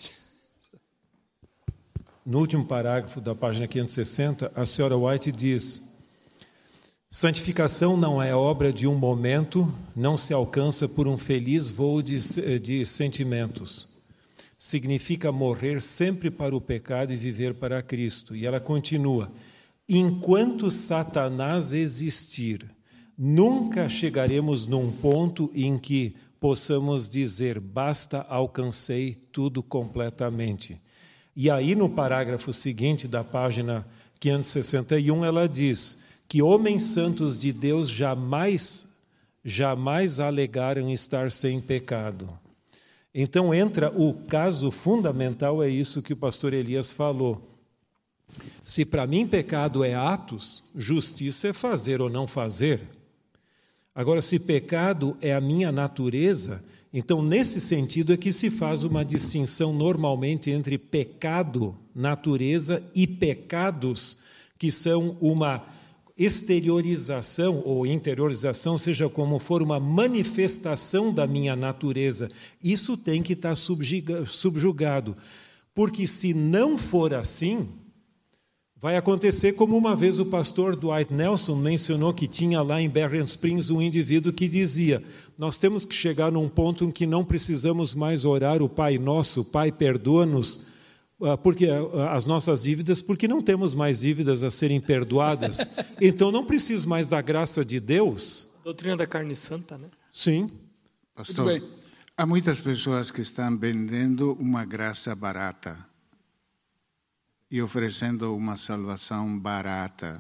no último parágrafo da página 560, a senhora White diz: santificação não é obra de um momento, não se alcança por um feliz voo de sentimentos. Significa morrer sempre para o pecado e viver para Cristo. E ela continua: enquanto Satanás existir, nunca chegaremos num ponto em que possamos dizer, basta, alcancei tudo completamente. E aí, no parágrafo seguinte da página 561, ela diz que homens santos de Deus jamais alegaram estar sem pecado. Então entra o caso fundamental, é isso que o pastor Elias falou. Se para mim pecado é atos, justiça é fazer ou não fazer. Agora, se pecado é a minha natureza, então nesse sentido é que se faz uma distinção normalmente entre pecado, natureza, e pecados que são uma exteriorização ou interiorização, seja como for, uma manifestação da minha natureza. Isso tem que estar subjugado, porque se não for assim, vai acontecer como uma vez o pastor Dwight Nelson mencionou que tinha lá em Berrien Springs um indivíduo que dizia: nós temos que chegar num ponto em que não precisamos mais orar o Pai Nosso, Pai perdoa-nos, porque as nossas dívidas, porque não temos mais dívidas a serem perdoadas. Então não preciso mais da graça de Deus. Doutrina da carne santa, né? Sim. Pastor, há muitas pessoas que estão vendendo uma graça barata e oferecendo uma salvação barata.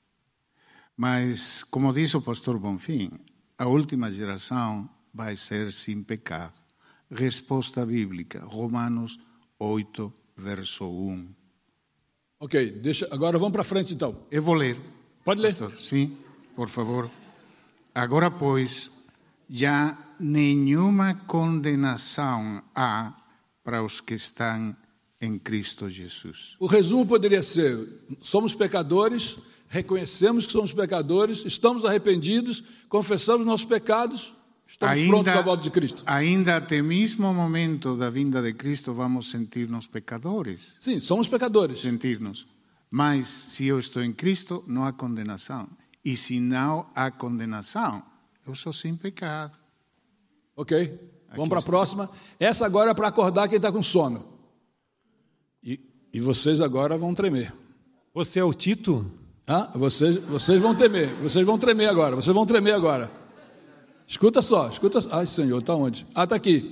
Mas, como diz o pastor Bonfim, a última geração vai ser sem pecado. Resposta bíblica, Romanos 8, verso 1. Ok, agora vamos para frente então. Eu vou ler. Pode ler. Pastor, sim, por favor. Agora, pois, já nenhuma condenação há para os que estão em Cristo Jesus. O resumo poderia ser: somos pecadores, reconhecemos que somos pecadores, estamos arrependidos, confessamos nossos pecados, estamos prontos para a volta de Cristo. Ainda até mesmo o momento da vinda de Cristo vamos sentir-nos pecadores. Sim, somos pecadores. Sentir-nos. Mas se eu estou em Cristo, não há condenação. E se não há condenação, eu sou sem pecado. Ok, vamos para a próxima. Essa agora é para acordar quem está com sono. E vocês agora vão tremer. Você é o Tito? Vocês vão tremer. Vocês vão tremer agora. Vocês vão tremer agora. Escuta só. Ai, Senhor, está onde? Está aqui.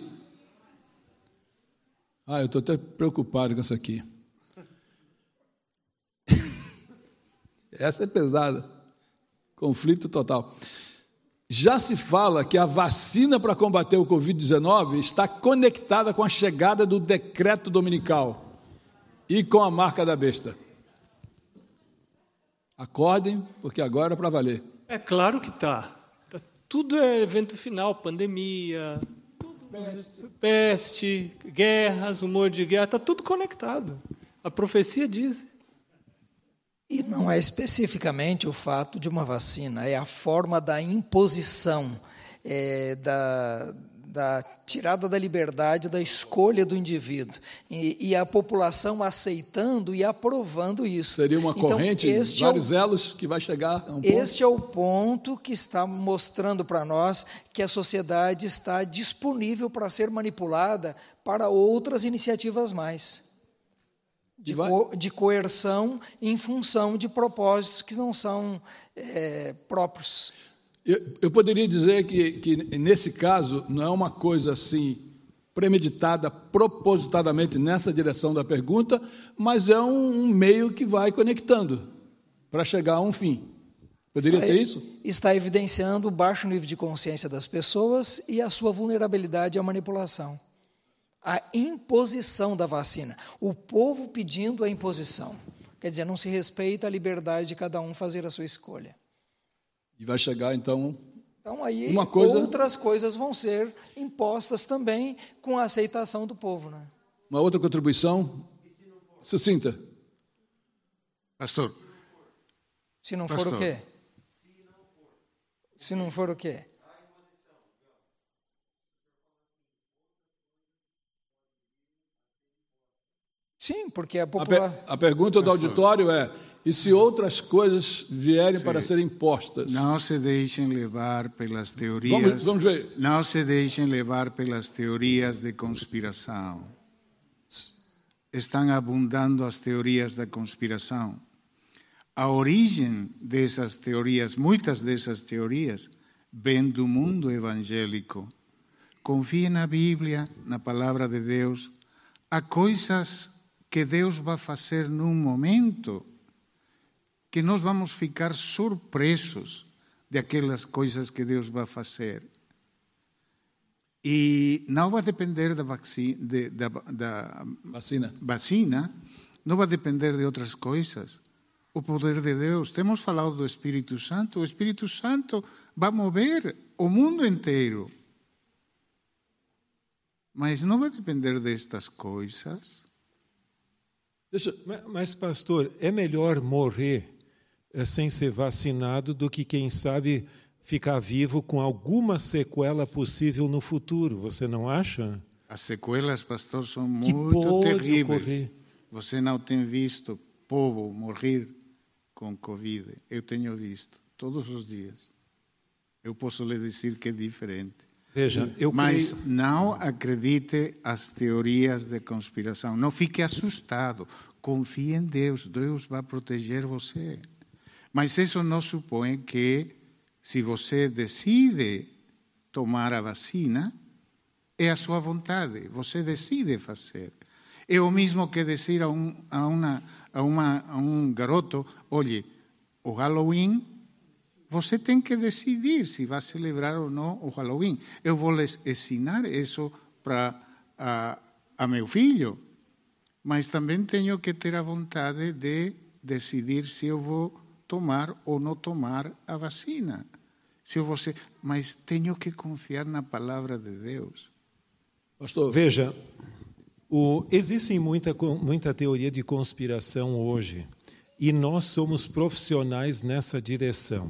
Eu estou até preocupado com isso aqui. Essa é pesada. Conflito total. Já se fala que a vacina para combater o Covid-19 está conectada com a chegada do decreto dominical e com a marca da besta. Acordem, porque agora é para valer. É claro que está. Tudo é evento final, pandemia, peste, guerras, rumor de guerra, está tudo conectado. A profecia diz. E não é especificamente o fato de uma vacina, é a forma da imposição, da tirada da liberdade, da escolha do indivíduo. E a população aceitando e aprovando isso. Seria uma corrente, vários elos que vai chegar a um ponto. Este é o ponto que está mostrando para nós que a sociedade está disponível para ser manipulada para outras iniciativas mais. De coerção em função de propósitos que não são próprios. Eu poderia dizer que, nesse caso, não é uma coisa assim premeditada, propositadamente nessa direção da pergunta, mas é um meio que vai conectando para chegar a um fim. Poderia ser isso? Está evidenciando o baixo nível de consciência das pessoas e a sua vulnerabilidade à manipulação. A imposição da vacina. O povo pedindo a imposição. Quer dizer, não se respeita a liberdade de cada um fazer a sua escolha. E vai chegar, então, Então, aí outras coisas vão ser impostas também com a aceitação do povo. Né? Uma outra contribuição? Sucinta. Pastor. Se não for o quê? Se não for o quê? Sim, porque a população... A pergunta do auditório é: e se outras coisas vierem para serem impostas? Não se deixem levar pelas teorias. Vamos ver. Não se deixem levar pelas teorias de conspiração. Estão abundando as teorias da conspiração. A origem dessas teorias, muitas dessas teorias, vem do mundo evangélico. Confie na Bíblia, na palavra de Deus. Há coisas que Deus vai fazer num momento que nós vamos ficar surpresos de aquelas coisas que Deus vai fazer. E não vai depender da vacina, não vai depender de outras coisas. O poder de Deus. Temos falado do Espírito Santo. O Espírito Santo vai mover o mundo inteiro. Mas não vai depender destas coisas. Mas, pastor, é melhor morrer sem ser vacinado do que, quem sabe, ficar vivo com alguma sequela possível no futuro. Você não acha? As sequelas, pastor, são muito terríveis. Ocorrer. Você não tem visto povo morrer com Covid. Eu tenho visto todos os dias. Eu posso lhe dizer que é diferente. Veja, mas não acredite as teorias de conspiração. Não fique assustado. Confie em Deus. Deus vai proteger você. Mas isso não supõe que, se você decide tomar a vacina, é a sua vontade. Você decide fazer. É o mesmo que dizer a um garoto: olhe, o Halloween, você tem que decidir se vai celebrar ou não o Halloween. Eu vou lhes ensinar isso para a meu filho, mas também tenho que ter a vontade de decidir se eu vou tomar ou não tomar a vacina. Mas tenho que confiar na palavra de Deus. Pastor, veja, existe muita teoria de conspiração hoje, e nós somos profissionais nessa direção.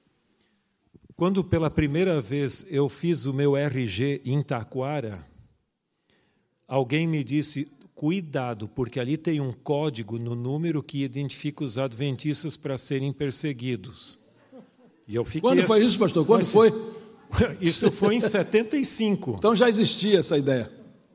Quando pela primeira vez eu fiz o meu RG em Taquara, alguém me disse: cuidado, porque ali tem um código no número que identifica os adventistas para serem perseguidos. E eu fiquei Quando foi isso, pastor? Quando foi? Isso foi em 75. Então já existia essa ideia.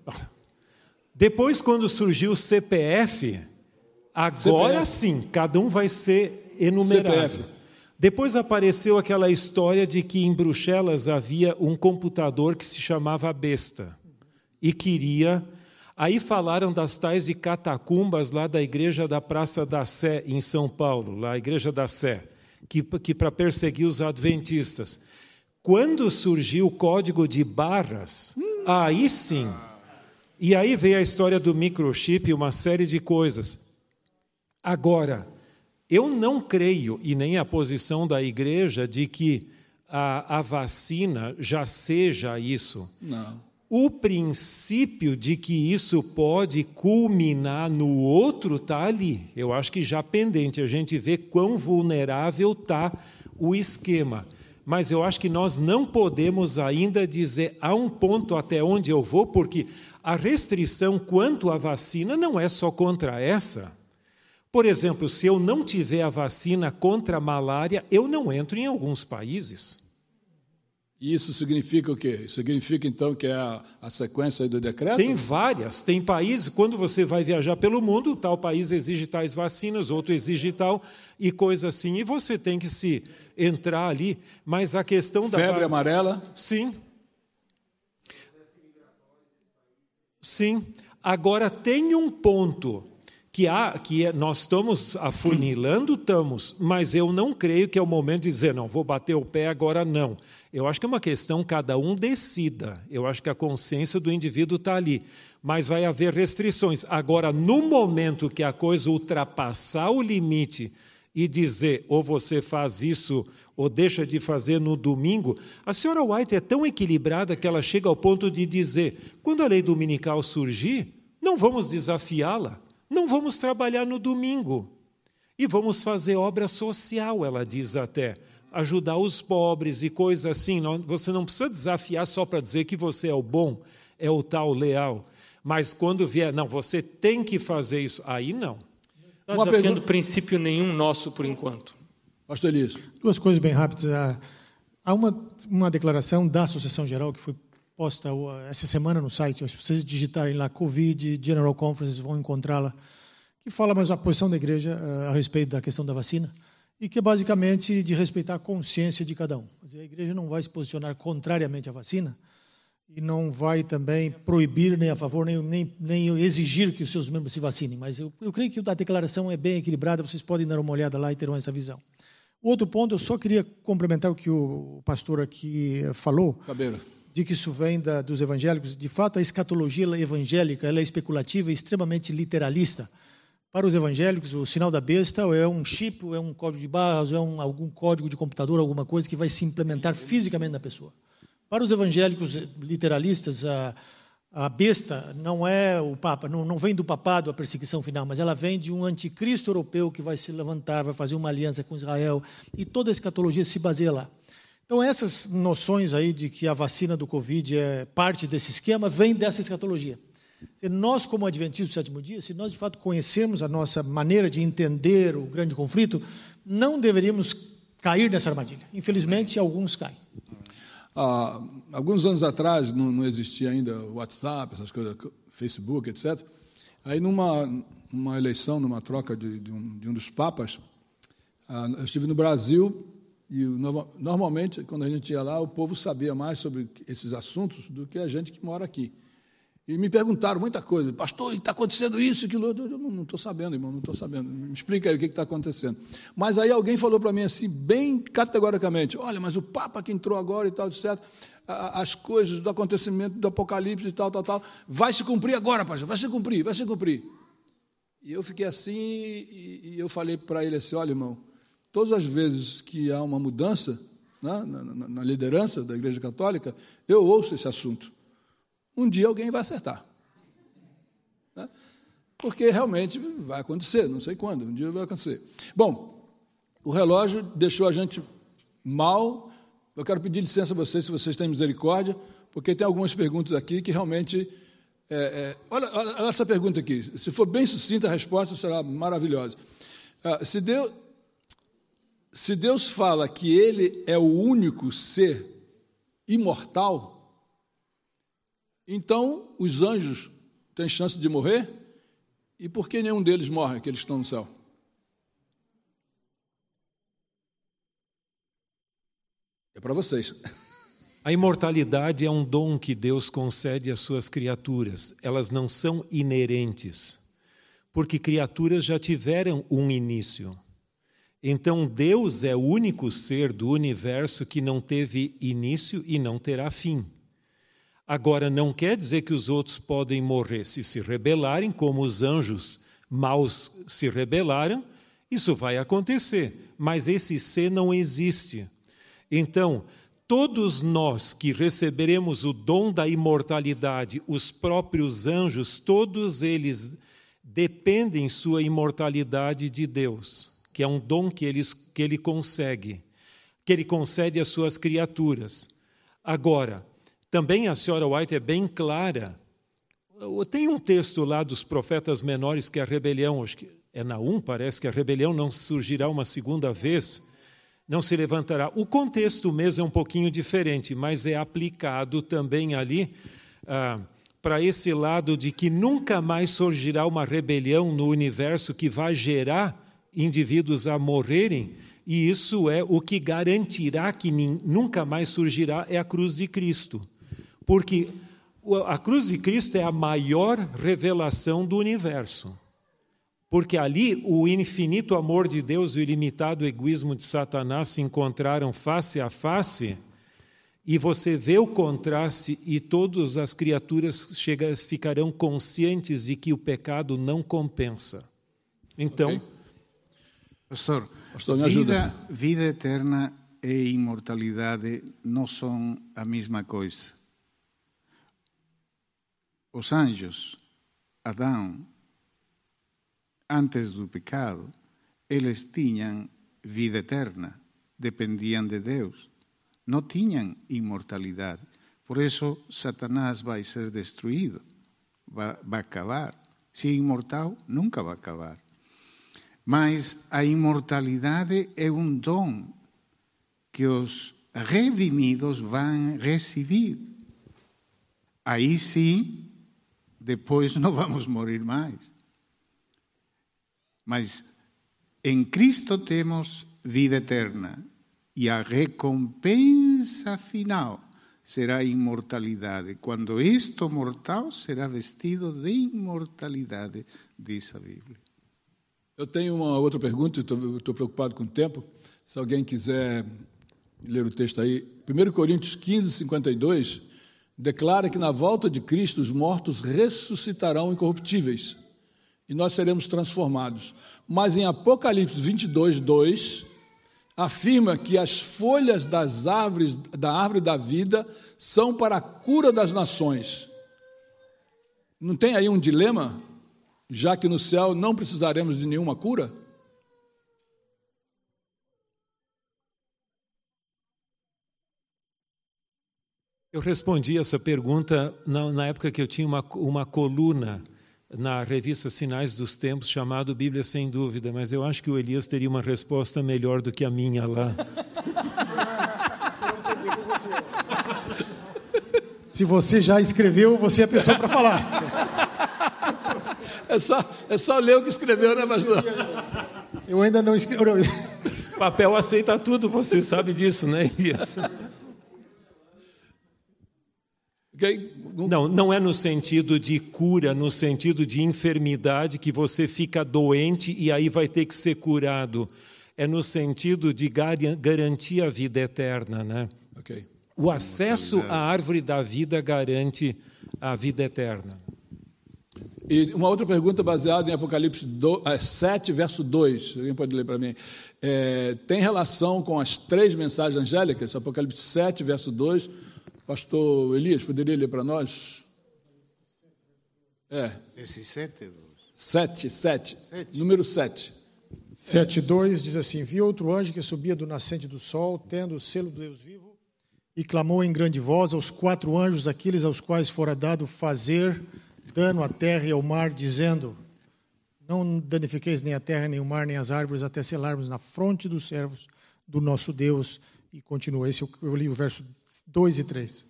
Depois, quando surgiu o CPF, agora sim, cada um vai ser enumerado. CPF. Depois apareceu aquela história de que em Bruxelas havia um computador que se chamava Besta e queria... Aí falaram das tais de catacumbas lá da igreja da Praça da Sé, em São Paulo, lá a igreja da Sé, que para perseguir os adventistas. Quando surgiu o código de barras, aí sim. E aí veio a história do microchip e uma série de coisas. Agora, eu não creio, e nem a posição da igreja, de que a vacina já seja isso. Não. O princípio de que isso pode culminar no outro está ali. Eu acho que já pendente. A gente vê quão vulnerável está o esquema. Mas eu acho que nós não podemos ainda dizer há um ponto até onde eu vou, porque a restrição quanto à vacina não é só contra essa. Por exemplo, se eu não tiver a vacina contra a malária, eu não entro em alguns países. Isso significa o quê? Significa, então, que é a sequência aí do decreto? Tem várias. Tem países, quando você vai viajar pelo mundo, tal país exige tais vacinas, outro exige tal, e coisa assim. E você tem que se entrar ali. Mas a questão da... Febre amarela? Sim. Sim. Agora, tem um ponto nós estamos afunilando, mas eu não creio que é o momento de dizer, não, vou bater o pé agora, não. Eu acho que é uma questão, cada um decida. Eu acho que a consciência do indivíduo está ali. Mas vai haver restrições. Agora, no momento que a coisa ultrapassar o limite e dizer, ou você faz isso, ou deixa de fazer no domingo, a senhora White é tão equilibrada que ela chega ao ponto de dizer, quando a lei dominical surgir, não vamos desafiá-la, não vamos trabalhar no domingo, e vamos fazer obra social, ela diz até, ajudar os pobres e coisas assim. Você não precisa desafiar só para dizer que você é o bom, é o tal leal. Mas quando vier, não, você tem que fazer isso, aí não. Não está desafiando princípio nenhum nosso por enquanto. Pastor Elias. Duas coisas bem rápidas. Há uma declaração da Associação Geral que foi posta essa semana no site. Se vocês digitarem lá Covid General Conference, vão encontrá-la, que fala mais a posição da igreja a respeito da questão da vacina e que é basicamente de respeitar a consciência de cada um. A igreja não vai se posicionar contrariamente à vacina e não vai também proibir, nem a favor, nem exigir que os seus membros se vacinem. Mas eu creio que a declaração é bem equilibrada, vocês podem dar uma olhada lá e terão essa visão. Outro ponto, eu só queria complementar o que o pastor aqui falou, Cabeira, de que isso vem dos evangélicos. De fato, a escatologia evangélica ela é especulativa e extremamente literalista. Para os evangélicos, o sinal da besta ou é um chip, ou é um código de barras, ou é algum código de computador, alguma coisa que vai se implementar fisicamente na pessoa. Para os evangélicos literalistas, a besta não é o Papa, não vem do papado a perseguição final, mas ela vem de um anticristo europeu que vai se levantar, vai fazer uma aliança com Israel, e toda a escatologia se baseia lá. Então, essas noções aí de que a vacina do Covid é parte desse esquema, vem dessa escatologia. Nós, como adventistas do sétimo dia, se nós de fato conhecermos a nossa maneira de entender o grande conflito, não deveríamos cair nessa armadilha. Infelizmente, alguns caem. Alguns anos atrás, não existia ainda WhatsApp, essas coisas, Facebook, etc. Aí, numa eleição, numa troca de um dos papas, eu estive no Brasil e, normalmente, quando a gente ia lá, o povo sabia mais sobre esses assuntos do que a gente que mora aqui. E me perguntaram muita coisa. Pastor, está acontecendo isso, aquilo? Eu não estou sabendo, irmão, não estou sabendo. Me explica aí o que está acontecendo. Mas aí alguém falou para mim assim, bem categoricamente, olha, mas o Papa que entrou agora e tal, etc., as coisas do acontecimento do Apocalipse e tal, vai se cumprir agora, pastor, vai se cumprir. E eu fiquei assim e eu falei para ele assim, olha, irmão, todas as vezes que há uma mudança, né, na liderança da Igreja Católica, eu ouço esse assunto. Um dia alguém vai acertar. Né? Porque realmente vai acontecer, não sei quando, um dia vai acontecer. Bom, o relógio deixou a gente mal. Eu quero pedir licença a vocês, se vocês têm misericórdia, porque tem algumas perguntas aqui que realmente... olha essa pergunta aqui. Se for bem sucinta, a resposta será maravilhosa. Se Deus fala que Ele é o único ser imortal, então, os anjos têm chance de morrer? E por que nenhum deles morre, que eles estão no céu? É para vocês. A imortalidade é um dom que Deus concede às suas criaturas. Elas não são inerentes, porque criaturas já tiveram um início. Então, Deus é o único ser do universo que não teve início e não terá fim. Agora, não quer dizer que os outros podem morrer. Se rebelarem, como os anjos maus se rebelaram, isso vai acontecer. Mas esse ser não existe. Então, todos nós que receberemos o dom da imortalidade, os próprios anjos, todos eles dependem sua imortalidade de Deus, que é um dom que ele concede às suas criaturas. Agora, também a senhora White é bem clara. Tem um texto lá dos profetas menores que a rebelião, acho que é Naum, parece que a rebelião não surgirá uma segunda vez, não se levantará. O contexto mesmo é um pouquinho diferente, mas é aplicado também ali para esse lado de que nunca mais surgirá uma rebelião no universo que vai gerar indivíduos a morrerem, e isso é o que garantirá que nunca mais surgirá é a cruz de Cristo. Porque a cruz de Cristo é a maior revelação do universo. Porque ali o infinito amor de Deus e o ilimitado egoísmo de Satanás se encontraram face a face, e você vê o contraste e todas as criaturas ficarão conscientes de que o pecado não compensa. Então... Okay. Pastor, Pastor, me ajuda. Vida eterna e imortalidade não são a mesma coisa. Os anjos, Adão, antes do pecado, eles tinham vida eterna, dependiam de Deus, não tinham imortalidade. Por isso, Satanás vai ser destruído, vai acabar. Se é imortal, nunca vai acabar. Mas a imortalidade é um dom que os redimidos vão receber. Aí sim, depois não vamos morrer mais. Mas em Cristo temos vida eterna e a recompensa final será a imortalidade. Quando isto mortal será vestido de imortalidade, diz a Bíblia. Eu tenho uma outra pergunta, estou preocupado com o tempo. Se alguém quiser ler o texto aí. 1 Coríntios 15, 52, declara que na volta de Cristo os mortos ressuscitarão incorruptíveis e nós seremos transformados. Mas em Apocalipse 22, 2, afirma que as folhas das árvores, da árvore da vida são para a cura das nações. Não tem aí um dilema? Já que no céu não precisaremos de nenhuma cura? Eu respondi essa pergunta na época que eu tinha uma coluna na revista Sinais dos Tempos, chamado Bíblia Sem Dúvida, mas eu acho que o Elias teria uma resposta melhor do que a minha lá. Se você já escreveu, você é a pessoa para falar. É só ler o que escreveu, né, pastor? Eu ainda não escrevi. Papel aceita tudo, você sabe disso, né, Elias? Okay. Não é no sentido de cura, no sentido de enfermidade, que você fica doente e aí vai ter que ser curado. É no sentido de garantir a vida eterna, né? Okay. O acesso à árvore da vida garante a vida eterna. E uma outra pergunta baseada em Apocalipse 7, verso 2. Alguém pode ler para mim? Tem relação com as 3 mensagens angélicas? Apocalipse 7, verso 2. Pastor Elias, poderia ler para nós? Esse 7, 7. Número 7. 7:2 diz assim: vi outro anjo que subia do nascente do sol, tendo o selo do Deus vivo, e clamou em grande voz aos 4 anjos, aqueles aos quais fora dado fazer dano à terra e ao mar, dizendo: não danifiqueis nem a terra, nem o mar, nem as árvores, até selarmos na fronte dos servos do nosso Deus. E continua. Esse eu li o verso 2 e 3.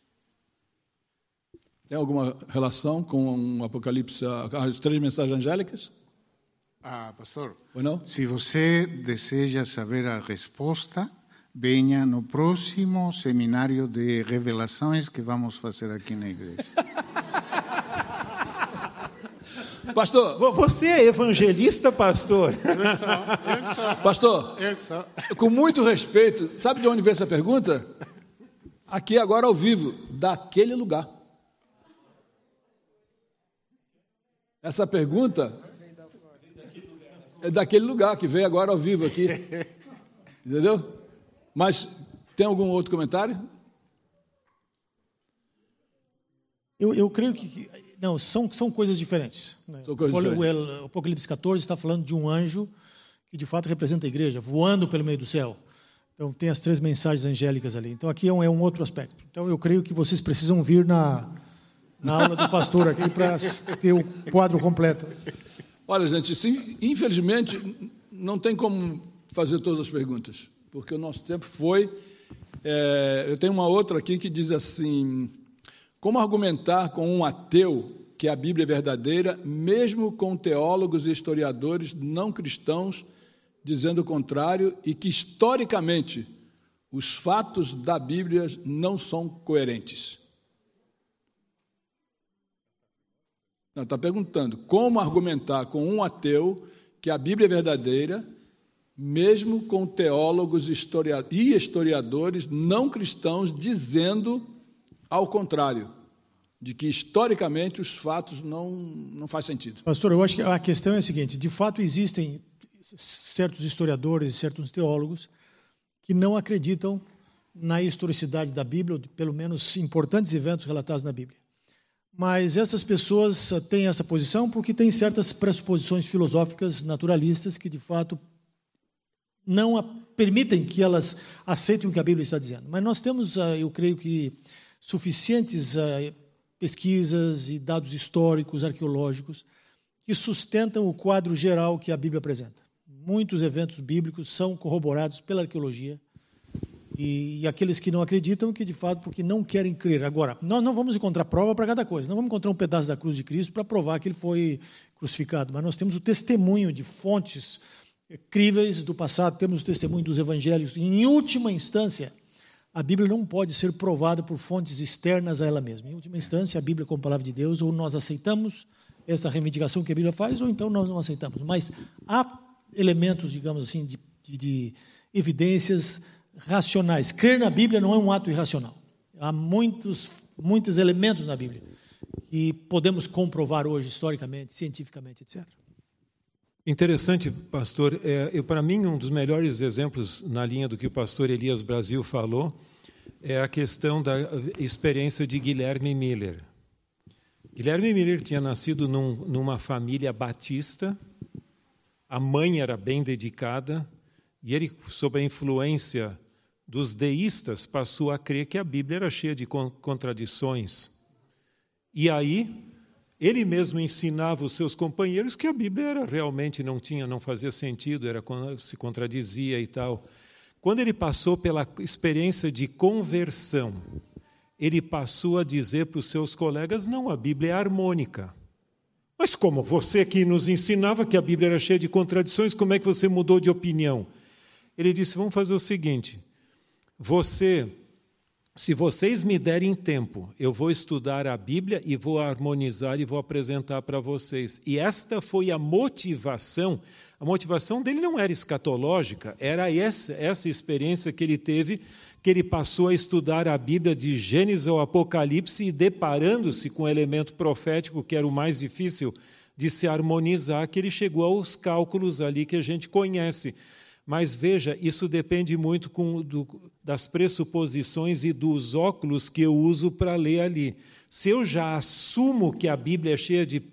Tem alguma relação com o Apocalipse, as 3 mensagens angélicas? Pastor, Ou não? se você deseja saber a resposta, venha no próximo seminário de revelações que vamos fazer aqui na igreja. Pastor, você é evangelista, pastor? Eu sou. Pastor, com muito respeito, sabe de onde veio essa pergunta? Aqui agora ao vivo, daquele lugar. Essa pergunta é daquele lugar que veio agora ao vivo aqui. Entendeu? Mas tem algum outro comentário? Eu creio que não, são coisas diferentes. São coisas diferentes. O Apocalipse 14 está falando de um anjo que de fato representa a igreja, voando pelo meio do céu. Então tem as 3 mensagens angélicas ali. Então aqui é um outro aspecto. Então eu creio que vocês precisam vir na aula do pastor aqui para ter o quadro completo. Olha, gente, sim, infelizmente não tem como fazer todas as perguntas, porque o nosso tempo foi... eu tenho uma outra aqui que diz assim: como argumentar com um ateu que a Bíblia é verdadeira, mesmo com teólogos e historiadores não cristãos dizendo o contrário, e que, historicamente, os fatos da Bíblia não são coerentes? Está perguntando como argumentar com um ateu que a Bíblia é verdadeira, mesmo com teólogos e historiadores não cristãos dizendo ao contrário, de que historicamente os fatos não faz sentido. Pastor, eu acho que a questão é a seguinte: de fato existem certos historiadores e certos teólogos que não acreditam na historicidade da Bíblia, ou pelo menos importantes eventos relatados na Bíblia. Mas essas pessoas têm essa posição porque têm certas pressuposições filosóficas naturalistas que, de fato, não permitem que elas aceitem o que a Bíblia está dizendo. Mas nós temos, eu creio que, suficientes pesquisas e dados históricos, arqueológicos, que sustentam o quadro geral que a Bíblia apresenta. Muitos eventos bíblicos são corroborados pela arqueologia, e aqueles que não acreditam, que de fato, porque não querem crer. Agora, nós não vamos encontrar prova para cada coisa, não vamos encontrar um pedaço da cruz de Cristo para provar que ele foi crucificado, mas nós temos o testemunho de fontes críveis do passado, temos o testemunho dos evangelhos. Em última instância, a Bíblia não pode ser provada por fontes externas a ela mesma. Em última instância, a Bíblia como palavra de Deus, ou nós aceitamos essa reivindicação que a Bíblia faz, ou então nós não aceitamos. Mas há elementos, digamos assim, de evidências racionais. Crer na Bíblia não é um ato irracional. Há muitos elementos na Bíblia que podemos comprovar hoje, historicamente, cientificamente, etc. Interessante, pastor. Para mim, um dos melhores exemplos na linha do que o pastor Elias Brasil falou é a questão da experiência de Guilherme Miller. Guilherme Miller tinha nascido numa família batista, a mãe era bem dedicada, e ele, sob a influência dos deístas, passou a crer que a Bíblia era cheia de contradições. E aí, ele mesmo ensinava os seus companheiros que a Bíblia realmente não fazia sentido, se contradizia e tal. Quando ele passou pela experiência de conversão, ele passou a dizer para os seus colegas, não, a Bíblia é harmônica. Mas como você que nos ensinava que a Bíblia era cheia de contradições, como é que você mudou de opinião? Ele disse, vamos fazer o seguinte, se vocês me derem tempo, eu vou estudar a Bíblia e vou harmonizar e vou apresentar para vocês. E esta foi a motivação. A motivação dele não era escatológica, era essa experiência que ele teve, que ele passou a estudar a Bíblia de Gênesis ao Apocalipse e deparando-se com o elemento profético, que era o mais difícil de se harmonizar, que ele chegou aos cálculos ali que a gente conhece. Mas veja, isso depende muito das pressuposições e dos óculos que eu uso para ler ali. Se eu já assumo que a Bíblia é cheia de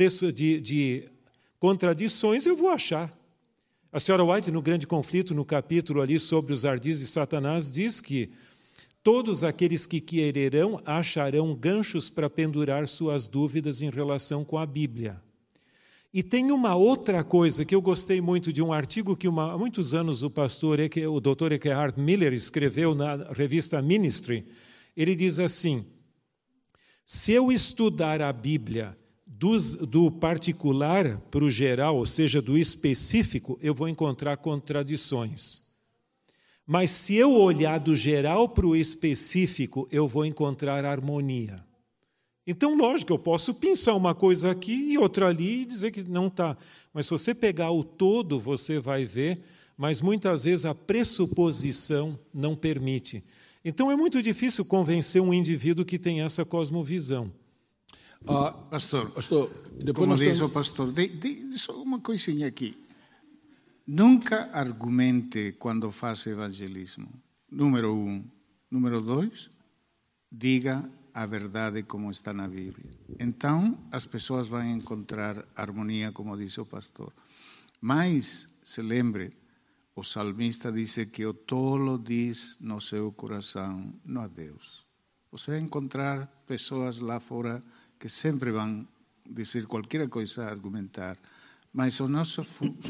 contradições, eu vou achar. A senhora White, no Grande Conflito, no capítulo ali sobre os ardis de Satanás, diz que todos aqueles que quererão acharão ganchos para pendurar suas dúvidas em relação com a Bíblia. E tem uma outra coisa que eu gostei muito de um artigo que há muitos anos o Dr. Eckhart Miller escreveu na revista Ministry. Ele diz assim, se eu estudar a Bíblia do particular para o geral, ou seja, do específico, eu vou encontrar contradições. Mas se eu olhar do geral para o específico, eu vou encontrar harmonia. Então, lógico, eu posso pensar uma coisa aqui e outra ali e dizer que não está. Mas se você pegar o todo, você vai ver, mas muitas vezes a pressuposição não permite. Então, é muito difícil convencer um indivíduo que tem essa cosmovisão. Pastor, depois como diz o pastor, só uma coisinha aqui. Nunca argumente quando faz evangelismo. Número 1. Número 2, diga a verdade como está na Bíblia. Então, as pessoas vão encontrar harmonia, como disse o pastor. Mas, se lembre, o salmista disse que o tolo diz no seu coração, não a Deus. Você vai encontrar pessoas lá fora que sempre vão dizer qualquer coisa, argumentar. Mas a nossa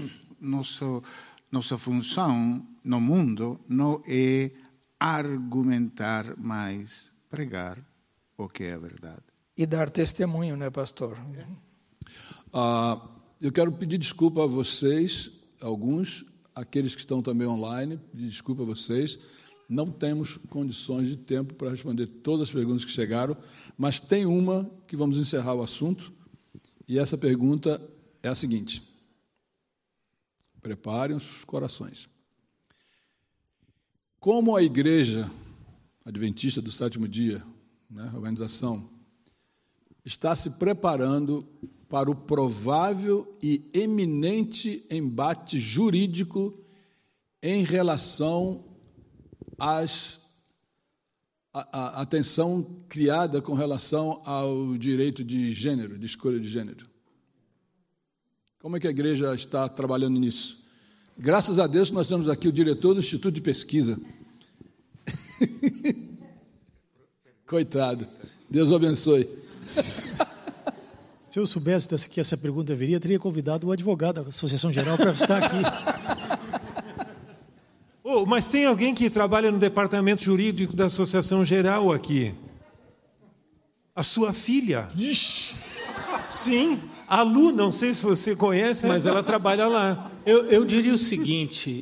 função no mundo não é argumentar, mas pregar o que é a verdade. E dar testemunho, né, pastor? Eu quero pedir desculpa a vocês, aqueles que estão também online, pedir desculpa a vocês. Não temos condições de tempo para responder todas as perguntas que chegaram, mas tem uma que vamos encerrar o assunto, e essa pergunta é a seguinte. Preparem os corações. Como a Igreja Adventista do Sétimo Dia, a organização, está se preparando para o provável e eminente embate jurídico em relação à tensão criada com relação ao direito de gênero, de escolha de gênero. Como é que a igreja está trabalhando nisso? Graças a Deus nós temos aqui o diretor do Instituto de Pesquisa. Coitado, Deus o abençoe. Se eu soubesse que essa pergunta viria, teria convidado o advogado da Associação Geral para estar aqui. Oh, mas tem alguém que trabalha no departamento jurídico da Associação Geral aqui? A sua filha? Sim, a Lu, não sei se você conhece, mas ela trabalha lá. Eu diria o seguinte,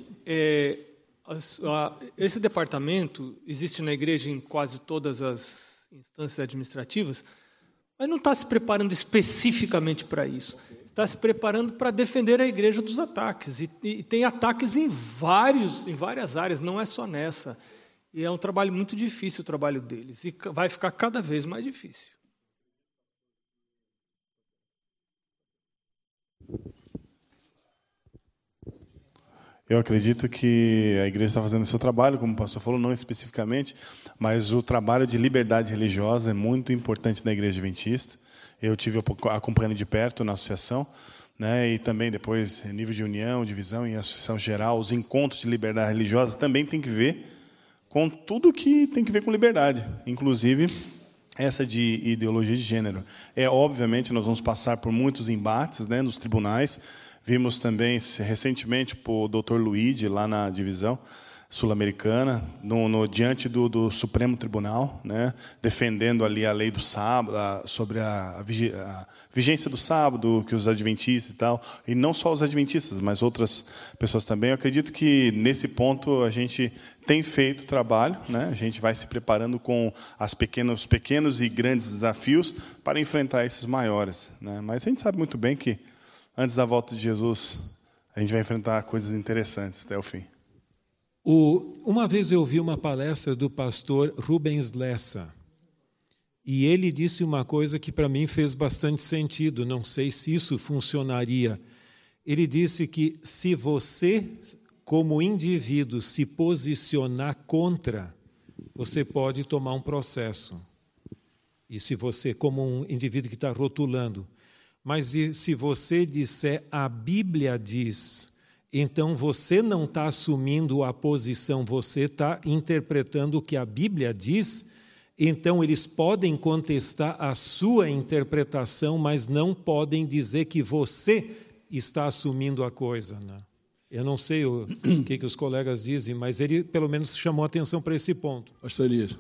esse departamento existe na igreja em quase todas as instâncias administrativas, mas não está se preparando especificamente para isso. Está se preparando para defender a igreja dos ataques. E tem ataques em várias áreas, não é só nessa. E é um trabalho muito difícil o trabalho deles. E vai ficar cada vez mais difícil. Eu acredito que a igreja está fazendo o seu trabalho, como o pastor falou, não especificamente, mas o trabalho de liberdade religiosa é muito importante na igreja adventista. Eu tive acompanhando de perto na associação, né, e também depois, nível de união, divisão e associação geral, os encontros de liberdade religiosa também tem que ver com tudo que tem que ver com liberdade, inclusive essa de ideologia de gênero. Obviamente, nós vamos passar por muitos embates, né, nos tribunais. Vimos também, recentemente, o Dr. Luigi, lá na divisão sul-americana, diante do Supremo Tribunal, né, defendendo ali a lei do sábado, sobre a vigência do sábado, que os adventistas e tal, e não só os adventistas, mas outras pessoas também. Eu acredito que, nesse ponto, a gente tem feito trabalho, né, a gente vai se preparando com os pequenos e grandes desafios para enfrentar esses maiores, né, mas a gente sabe muito bem que, antes da volta de Jesus, a gente vai enfrentar coisas interessantes até o fim. Uma vez eu ouvi uma palestra do pastor Rubens Lessa, e ele disse uma coisa que para mim fez bastante sentido, não sei se isso funcionaria. Ele disse que se você, como indivíduo, se posicionar contra, você pode tomar um processo. E se você, como um indivíduo que está rotulando, mas se você disser a Bíblia diz, então você não está assumindo a posição, você está interpretando o que a Bíblia diz, então eles podem contestar a sua interpretação, mas não podem dizer que você está assumindo a coisa, né? Eu não sei o que os colegas dizem, mas ele pelo menos chamou atenção para esse ponto. Pastor Elias.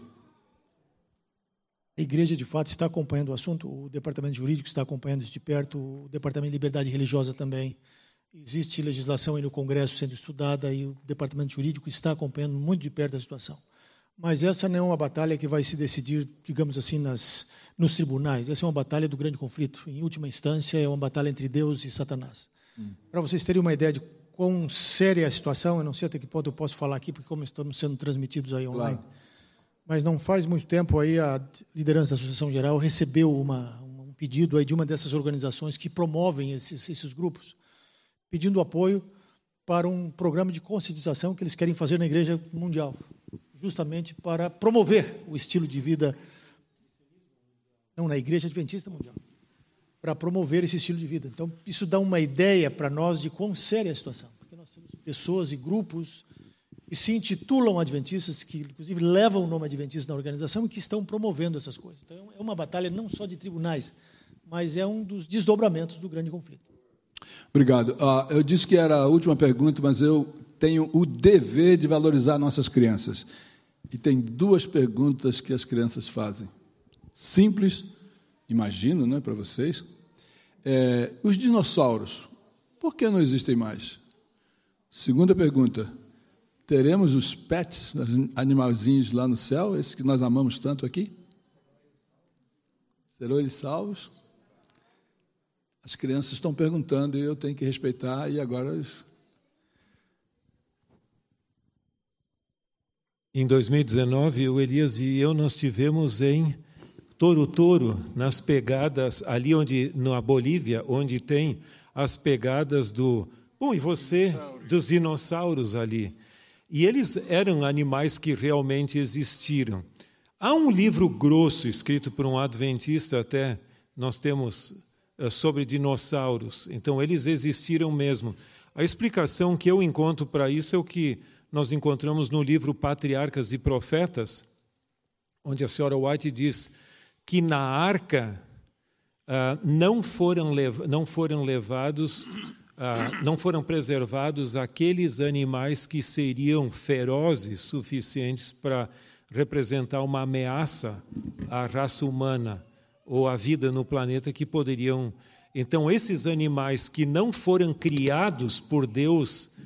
A igreja, de fato, está acompanhando o assunto, o departamento jurídico está acompanhando isso de perto, o departamento de liberdade religiosa também. Existe legislação aí no Congresso sendo estudada e o departamento jurídico está acompanhando muito de perto a situação. Mas essa não é uma batalha que vai se decidir, digamos assim, nos tribunais. Essa é uma batalha do grande conflito. Em última instância, é uma batalha entre Deus e Satanás. Para vocês terem uma ideia de quão séria é a situação, eu não sei até que ponto eu posso falar aqui, porque como estamos sendo transmitidos aí online, claro. Mas não faz muito tempo aí a liderança da Associação Geral recebeu um pedido aí de uma dessas organizações que promovem esses grupos, pedindo apoio para um programa de conscientização que eles querem fazer na Igreja Mundial, justamente para promover o estilo de vida, não, na Igreja Adventista Mundial, para promover esse estilo de vida. Então, isso dá uma ideia para nós de quão séria é a situação, porque nós temos pessoas e grupos que se intitulam adventistas, que inclusive levam o nome adventista na organização e que estão promovendo essas coisas. Então, é uma batalha não só de tribunais, mas é um dos desdobramentos do grande conflito. Obrigado. Eu disse que era a última pergunta, mas eu tenho o dever de valorizar nossas crianças. E tem duas perguntas que as crianças fazem. Simples, imagino, né, para vocês. Os dinossauros, por que não existem mais? Segunda pergunta, teremos os pets, os animalzinhos lá no céu, esses que nós amamos tanto aqui? Serão eles salvos? As crianças estão perguntando e eu tenho que respeitar, e agora... Em 2019, o Elias e eu, nós tivemos em touro, nas pegadas, ali na Bolívia, onde tem as pegadas dos dinossauros ali. E eles eram animais que realmente existiram. Há um livro grosso, escrito por um adventista até, nós temos sobre dinossauros. Então, eles existiram mesmo. A explicação que eu encontro para isso é o que nós encontramos no livro Patriarcas e Profetas, onde a senhora White diz que na arca não foram preservados aqueles animais que seriam ferozes suficientes para representar uma ameaça à raça humana ou à vida no planeta que poderiam... Então, esses animais que não foram criados por Deus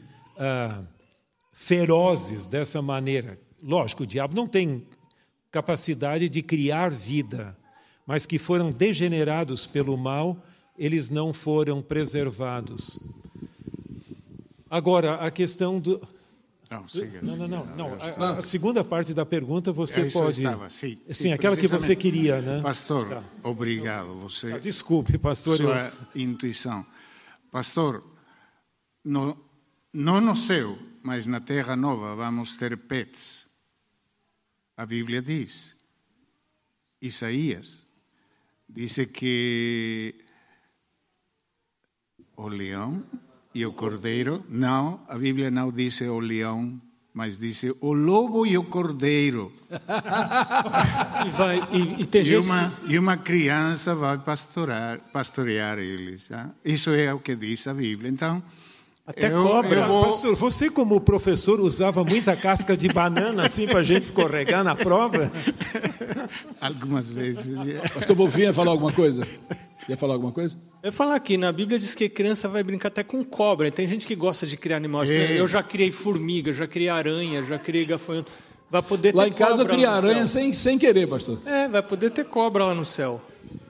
ferozes dessa maneira, lógico, o diabo não tem capacidade de criar vida, mas que foram degenerados pelo mal, eles não foram preservados. Agora, a questão do... Não. A segunda parte da pergunta você pode... Sim, aquela que você queria, né? Pastor, tá. Obrigado. Você... Desculpe, pastor. Sua intuição. Pastor, não no céu, mas na Terra Nova vamos ter pets. A Bíblia diz. Isaías diz que o leão e o cordeiro, não, a Bíblia não diz o leão, mas diz o lobo e o cordeiro. E uma criança vai pastorear eles. Tá? Isso é o que diz a Bíblia. Então, até cobra. Pastor, você como professor usava muita casca de banana assim para a gente escorregar na prova? Algumas vezes. Pastor Bonfim ia falar alguma coisa? Ia falar alguma coisa? Eu ia falar aqui, na Bíblia diz que criança vai brincar até com cobra. Tem gente que gosta de criar animais. Eu já criei formiga, já criei aranha, já criei gafanhoto. Vai poder lá ter em casa eu criei aranha sem querer, pastor. Vai poder ter cobra lá no céu.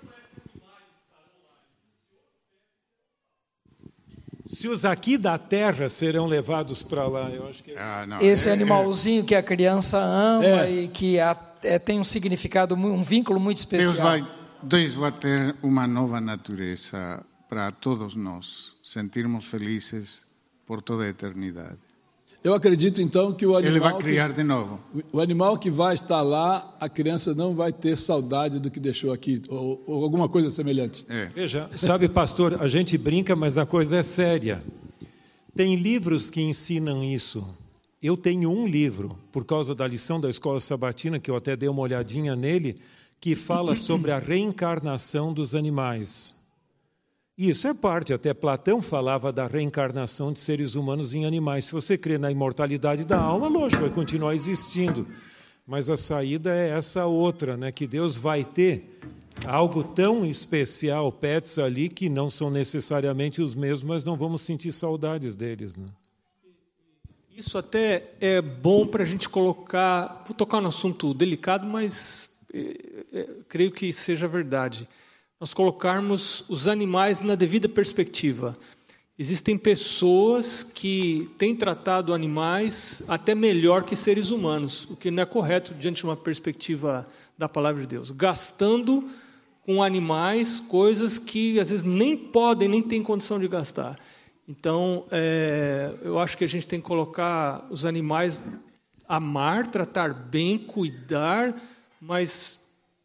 Se os aqui da terra serão levados para lá, eu acho que... Esse animalzinho que a criança ama e que tem um significado, um vínculo muito especial. Deus vai ter uma nova natureza para todos nós, sentirmos felizes por toda a eternidade. Eu acredito, então, que o animal... Ele vai criar de novo. O animal que vai estar lá, a criança não vai ter saudade do que deixou aqui, ou alguma coisa semelhante. Veja, sabe, pastor, a gente brinca, mas a coisa é séria. Tem livros que ensinam isso. Eu tenho um livro, por causa da lição da Escola Sabatina, que eu até dei uma olhadinha nele, que fala sobre a reencarnação dos animais. Isso é parte, até Platão falava da reencarnação de seres humanos em animais. Se você crê na imortalidade da alma, lógico, vai continuar existindo. Mas a saída é essa outra, né? Que Deus vai ter algo tão especial, pets ali, que não são necessariamente os mesmos, mas não vamos sentir saudades deles, né? Isso até é bom para a gente colocar... Vou tocar num assunto delicado, mas creio que seja verdade. Nós colocarmos os animais na devida perspectiva. Existem pessoas que têm tratado animais até melhor que seres humanos, o que não é correto diante de uma perspectiva da palavra de Deus. Gastando com animais coisas que às vezes nem podem, nem têm condição de gastar. Então, eu acho que a gente tem que colocar os animais, amar, tratar bem, cuidar, mas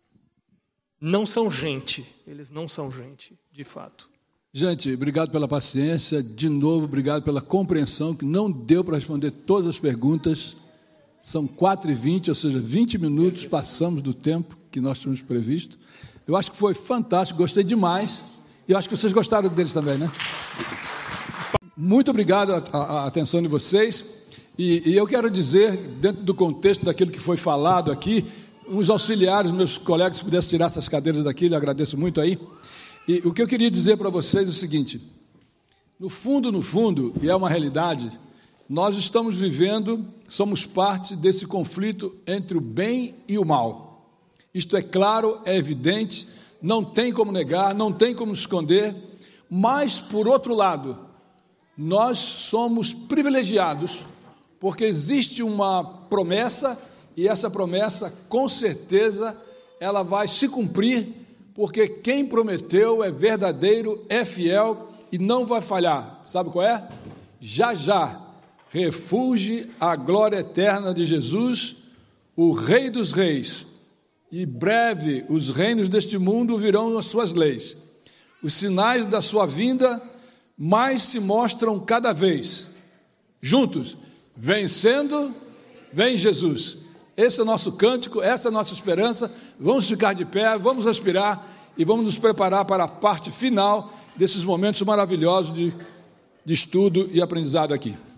não são gente. Eles não são gente, de fato. Gente, obrigado pela paciência. De novo, obrigado pela compreensão, que não deu para responder todas as perguntas. São 4h20, ou seja, 20 minutos passamos do tempo que nós tínhamos previsto. Eu acho que foi fantástico, gostei demais. E eu acho que vocês gostaram deles também, né? Muito obrigado a atenção de vocês. E eu quero dizer, dentro do contexto daquilo que foi falado aqui, os auxiliares, meus colegas, se pudessem tirar essas cadeiras daqui, eu agradeço muito aí. E o que eu queria dizer para vocês é o seguinte: no fundo, e é uma realidade, nós estamos vivendo, somos parte desse conflito entre o bem e o mal. Isto é claro, é evidente, não tem como negar, não tem como esconder, mas, por outro lado, nós somos privilegiados, porque existe uma promessa, e essa promessa, com certeza, ela vai se cumprir, porque quem prometeu é verdadeiro, é fiel e não vai falhar. Sabe qual é? Já já, refugie a glória eterna de Jesus, o Rei dos Reis, e breve os reinos deste mundo virão as suas leis. Os sinais da sua vinda mais se mostram cada vez. Juntos, vencendo, vem Jesus. Esse é o nosso cântico, essa é a nossa esperança. Vamos ficar de pé, vamos respirar e vamos nos preparar para a parte final desses momentos maravilhosos de estudo e aprendizado aqui.